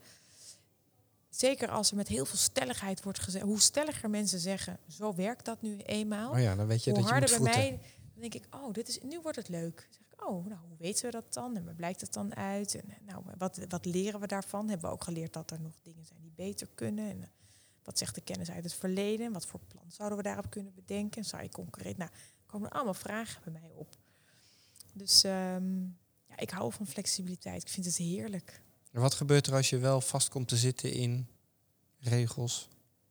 Zeker als er met heel veel stelligheid wordt gezegd. Hoe stelliger mensen zeggen, zo werkt dat nu eenmaal. Oh ja, dan weet je hoe dat je moet harder bij voeten. mij, dan denk ik, oh, dit is, nu wordt het leuk. Dan zeg ik, oh, nou, hoe weten we dat dan? En waar blijkt het dan uit? En nou, wat, wat leren we daarvan? Hebben we ook geleerd dat er nog dingen zijn die beter kunnen? En wat zegt de kennis uit het verleden? Wat voor plan zouden we daarop kunnen bedenken? Zou je concreet... Nou, er komen er allemaal vragen bij mij op. Dus um, ja, ik hou van flexibiliteit. Ik vind het heerlijk. En wat gebeurt er als je wel vast komt te zitten in regels?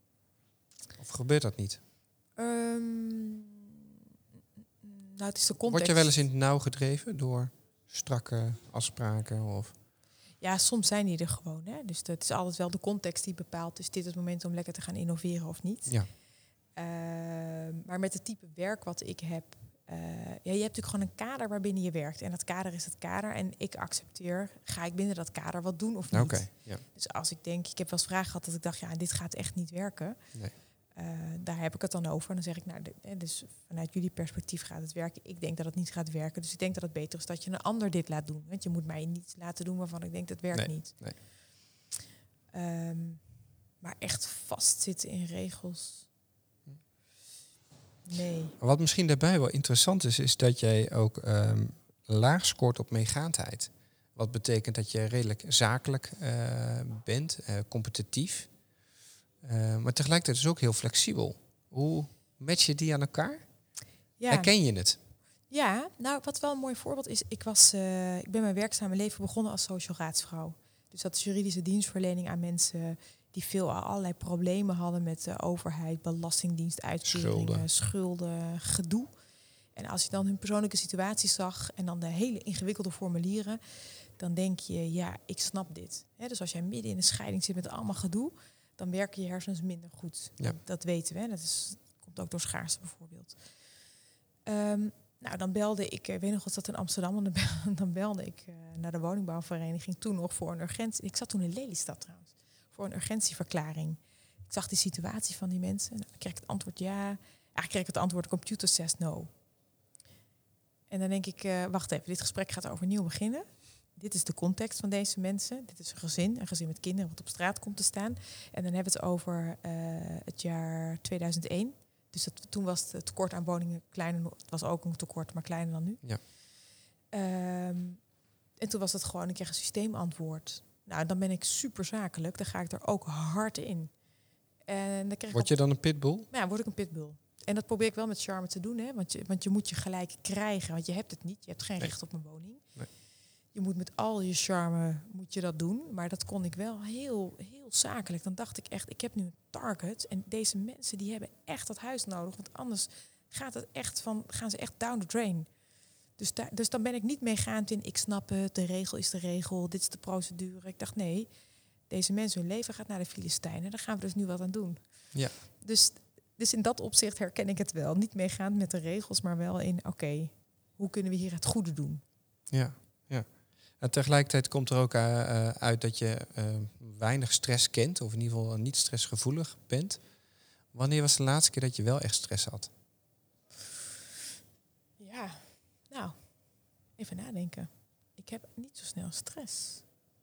Of gebeurt dat niet? Um, nou, het is de context. Word je wel eens in het nauw gedreven door strakke afspraken? Of... Ja, soms zijn die er gewoon. Hè? Dus het is altijd wel de context die bepaalt. Is dit het moment om lekker te gaan innoveren of niet? Ja. Uh, maar met het type werk wat ik heb... Uh, ja, je hebt natuurlijk gewoon een kader waarbinnen je werkt. En dat kader is het kader. En ik accepteer, ga ik binnen dat kader wat doen of niet? Okay, ja. Dus als ik denk, ik heb wel eens vragen gehad dat ik dacht, ja, dit gaat echt niet werken. Nee. Uh, daar heb ik het dan over. En dan zeg ik, nou, de, dus vanuit jullie perspectief gaat het werken. Ik denk dat het niet gaat werken. Dus ik denk dat het beter is dat je een ander dit laat doen. Want je moet mij niets laten doen waarvan ik denk dat werkt nee, niet. Nee. Um, maar echt vastzitten in regels. Nee. Wat misschien daarbij wel interessant is, is dat jij ook um, laag scoort op meegaandheid. Wat betekent dat je redelijk zakelijk uh, bent, uh, competitief. Uh, maar tegelijkertijd is ook heel flexibel. Hoe match je die aan elkaar? Ja. Herken je het? Ja, nou wat wel een mooi voorbeeld is, ik, was, uh, ik ben mijn werkzame leven begonnen als social raadsvrouw. Dus dat is juridische dienstverlening aan mensen die veel allerlei problemen hadden met de overheid, belastingdienst, uitkeringen, schulden. schulden, gedoe. En als je dan hun persoonlijke situatie zag en dan de hele ingewikkelde formulieren, dan denk je, ja, ik snap dit. He, dus als jij midden in een scheiding zit met allemaal gedoe, dan werken je hersens minder goed. Ja. Dat, dat weten we. Hè. Dat is, komt ook door schaarste bijvoorbeeld. Um, nou, dan belde ik, ik weet nog wat dat in Amsterdam, en dan, belde, dan belde ik uh, naar de woningbouwvereniging toen nog voor een urgentie. Ik zat toen in Lelystad trouwens, voor een urgentieverklaring. Ik zag die situatie van die mensen. En dan kreeg ik het antwoord ja. Eigenlijk kreeg ik het antwoord computer says no. En dan denk ik, uh, wacht even, dit gesprek gaat overnieuw beginnen. Dit is de context van deze mensen. Dit is een gezin, een gezin met kinderen wat op straat komt te staan. En dan hebben we het over uh, het jaar tweeduizend één. Dus dat, toen was het tekort aan woningen kleiner. Het was ook een tekort, maar kleiner dan nu. Ja. Um, en toen was het gewoon, ik kreeg een systeemantwoord. Nou, dan ben ik super zakelijk. Dan ga ik er ook hard in. En dan krijg Word je dan een pitbull? Nou, ja, word ik een pitbull. En dat probeer ik wel met charme te doen, hè? Want, je, want je moet je gelijk krijgen. Want je hebt het niet. Je hebt geen nee. recht op een woning. Nee. Je moet met al je charme moet je dat doen. Maar dat kon ik wel heel, heel zakelijk. Dan dacht ik echt, ik heb nu een target. En deze mensen die hebben echt dat huis nodig. Want anders gaat het echt van, gaan ze echt down the drain. Dus, da- dus dan ben ik niet meegaand in, ik snap het, de regel is de regel, dit is de procedure. Ik dacht, nee, deze mensen, hun leven gaat naar de Filistijnen. Daar gaan we dus nu wat aan doen. Ja. Dus, dus in dat opzicht herken ik het wel. Niet meegaand met de regels, maar wel in, oké, okay, hoe kunnen we hier het goede doen? Ja, ja. En tegelijkertijd komt er ook uh, uit dat je uh, weinig stress kent, of in ieder geval niet stressgevoelig bent. Wanneer was de laatste keer dat je wel echt stress had? Ja, nou, even nadenken. Ik heb niet zo snel stress.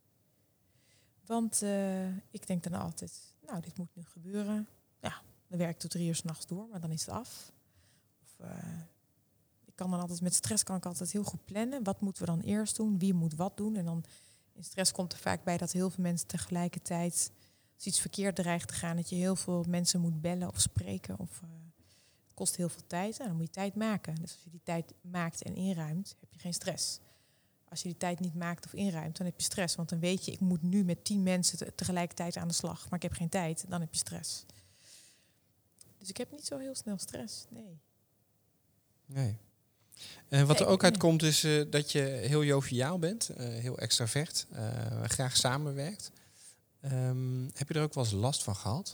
Want uh, ik denk dan altijd, nou, dit moet nu gebeuren. Ja, dan werk ik tot drie uur 's nachts door, maar dan is het af. Of, uh, ik kan dan altijd, met stress kan ik altijd heel goed plannen. Wat moeten we dan eerst doen? Wie moet wat doen? En dan in stress komt er vaak bij dat heel veel mensen tegelijkertijd, als iets verkeerd dreigt te gaan, dat je heel veel mensen moet bellen of spreken. Of uh, het kost heel veel tijd. En dan moet je tijd maken. Dus als je die tijd maakt en inruimt, heb je geen stress. Als je die tijd niet maakt of inruimt, dan heb je stress. Want dan weet je, ik moet nu met tien mensen te- tegelijkertijd aan de slag. Maar ik heb geen tijd, dan heb je stress. Dus ik heb niet zo heel snel stress, nee. Nee. En wat nee, er ook nee. uitkomt is uh, dat je heel joviaal bent, uh, heel extravert, uh, graag samenwerkt. Um, heb je er ook wel eens last van gehad?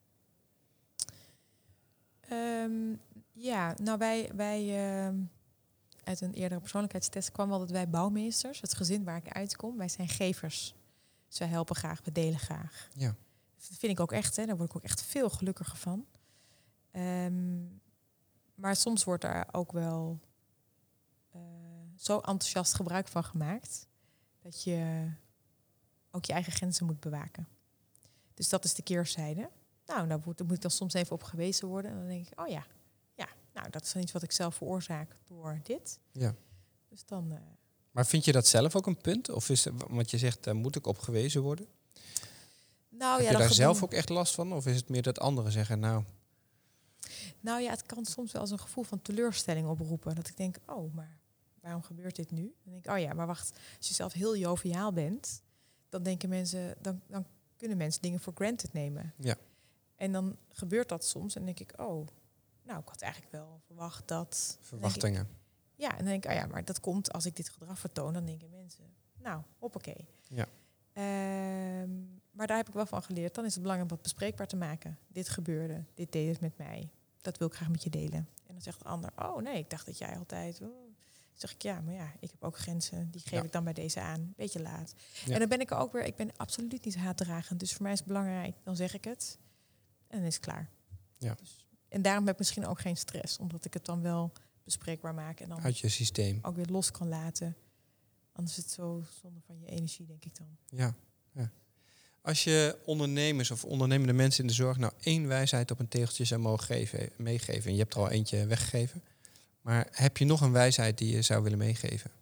Um, ja, nou wij... wij uh, uit een eerdere persoonlijkheidstest kwam wel dat wij bouwmeesters, het gezin waar ik uitkom, wij zijn gevers. Dus wij helpen graag, we delen graag. Ja. Dat vind ik ook echt, hè. Daar word ik ook echt veel gelukkiger van. Um, maar soms wordt daar ook wel uh, zo enthousiast gebruik van gemaakt dat je ook je eigen grenzen moet bewaken. Dus dat is de keerzijde. Nou, daar moet, daar moet ik dan soms even op gewezen worden. En dan denk ik, oh ja, ja, nou, dat is dan iets wat ik zelf veroorzaak door dit. Ja. Dus dan... Uh, maar vind je dat zelf ook een punt? Of is het, want je zegt, daar moet ik op gewezen worden? Nou, Heb ja, je daar gedoe... zelf ook echt last van? Of is het meer dat anderen zeggen, nou... Nou ja, het kan soms wel als een gevoel van teleurstelling oproepen. Dat ik denk, oh, maar waarom gebeurt dit nu? Dan denk ik, oh ja, maar wacht. Als je zelf heel joviaal bent, dan denken mensen, dan, dan kunnen mensen dingen voor granted nemen. Ja. En dan gebeurt dat soms en dan denk ik, oh, nou, ik had eigenlijk wel verwacht dat... Verwachtingen. Ik, ja, en dan denk ik, oh ja, maar dat komt als ik dit gedrag vertoon, dan denken mensen, nou, hoppakee. Ja. Um, maar daar heb ik wel van geleerd. Dan is het belangrijk om wat bespreekbaar te maken. Dit gebeurde, dit deed het met mij. Dat wil ik graag met je delen. En dan zegt de ander, oh nee, ik dacht dat jij altijd... Oh. Dan zeg ik, ja, maar ja, ik heb ook grenzen. Die geef ja. ik dan bij deze aan. Beetje laat. Ja. En dan ben ik ook weer, ik ben absoluut niet haatdragend. Dus voor mij is het belangrijk, dan zeg ik het. En dan is het klaar. Ja. Dus, en daarom heb ik misschien ook geen stress. Omdat ik het dan wel bespreekbaar maak. En dan uit je systeem. Ook weer los kan laten. Anders is het zo zonde van je energie, denk ik dan. Ja, ja. Als je ondernemers of ondernemende mensen in de zorg nou één wijsheid op een tegeltje zou mogen geven, meegeven, en je hebt er al eentje weggegeven, maar heb je nog een wijsheid die je zou willen meegeven?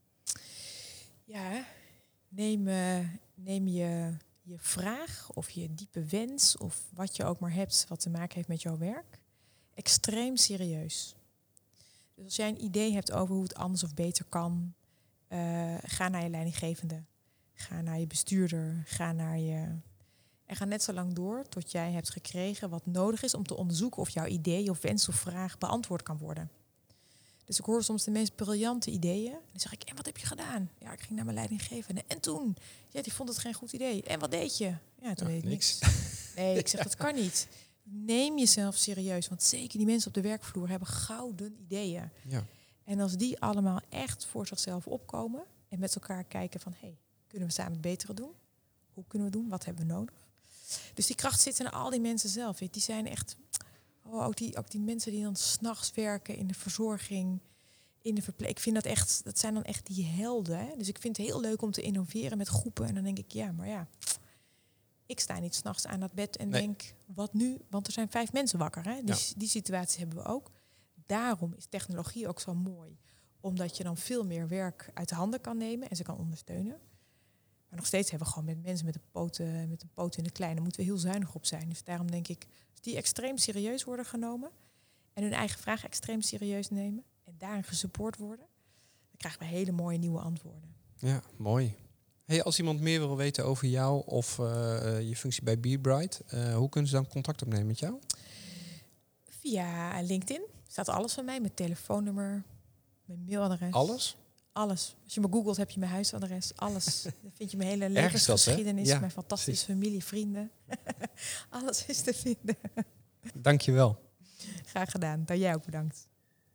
Ja, neem, uh, neem je, je vraag of je diepe wens of wat je ook maar hebt wat te maken heeft met jouw werk, extreem serieus. Dus als jij een idee hebt over hoe het anders of beter kan, uh, ga naar je leidinggevende. Ga naar je bestuurder. Ga naar je... En ga net zo lang door tot jij hebt gekregen wat nodig is om te onderzoeken of jouw idee of wens of vraag beantwoord kan worden. Dus ik hoor soms de meest briljante ideeën. En dan zeg ik, en wat heb je gedaan? Ja, ik ging naar mijn leidinggevende. En toen? Ja, die vond het geen goed idee. En wat deed je? Ja, toen Ja, deed ik niks. niks. Nee, ik zeg, dat kan niet. Neem jezelf serieus. Want zeker die mensen op de werkvloer hebben gouden ideeën. Ja. En als die allemaal echt voor zichzelf opkomen en met elkaar kijken van, hey, kunnen we samen het betere doen? Hoe kunnen we het doen? Wat hebben we nodig? Dus die kracht zit in al die mensen zelf. Weet. Die zijn echt, oh, ook, die, ook die mensen die dan 's nachts werken in de verzorging, in de verpleeg. Ik vind dat echt, dat zijn dan echt die helden. Hè? Dus ik vind het heel leuk om te innoveren met groepen. En dan denk ik, ja, maar ja, ik sta niet 's nachts aan dat bed en Nee. denk, wat nu? Want er zijn vijf mensen wakker. Hè? Die, Ja. die situatie hebben we ook. Daarom is technologie ook zo mooi. Omdat je dan veel meer werk uit de handen kan nemen en ze kan ondersteunen. Maar nog steeds hebben we gewoon met mensen met een poten, met een poot in de kleine, moeten we heel zuinig op zijn. Dus daarom denk ik, als die extreem serieus worden genomen en hun eigen vraag extreem serieus nemen en daarin gesupport worden, dan krijgen we hele mooie nieuwe antwoorden. Ja, mooi. Hey, als iemand meer wil weten over jou of uh, je functie bij Be Bright, uh, hoe kunnen ze dan contact opnemen met jou? Via LinkedIn staat alles van mij, mijn telefoonnummer, mijn mailadres. Alles? Alles. Als je me googelt, heb je mijn huisadres. Alles. Dan vind je mijn hele Ergens dat, hè? levensgeschiedenis, Ja, mijn fantastische familie, vrienden. Alles is te vinden. Dankjewel. Graag gedaan. Dan jij ook bedankt.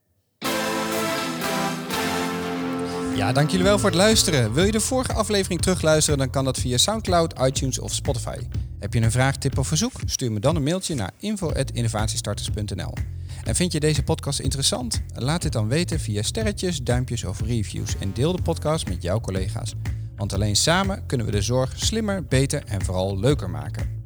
Ja, dank jullie wel voor het luisteren. Wil je de vorige aflevering terugluisteren, dan kan dat via Soundcloud, iTunes of Spotify. Heb je een vraag, tip of verzoek? Stuur me dan een mailtje naar info at innovatiestarters punt n l. En vind je deze podcast interessant? Laat dit dan weten via sterretjes, duimpjes of reviews en deel de podcast met jouw collega's. Want alleen samen kunnen we de zorg slimmer, beter en vooral leuker maken.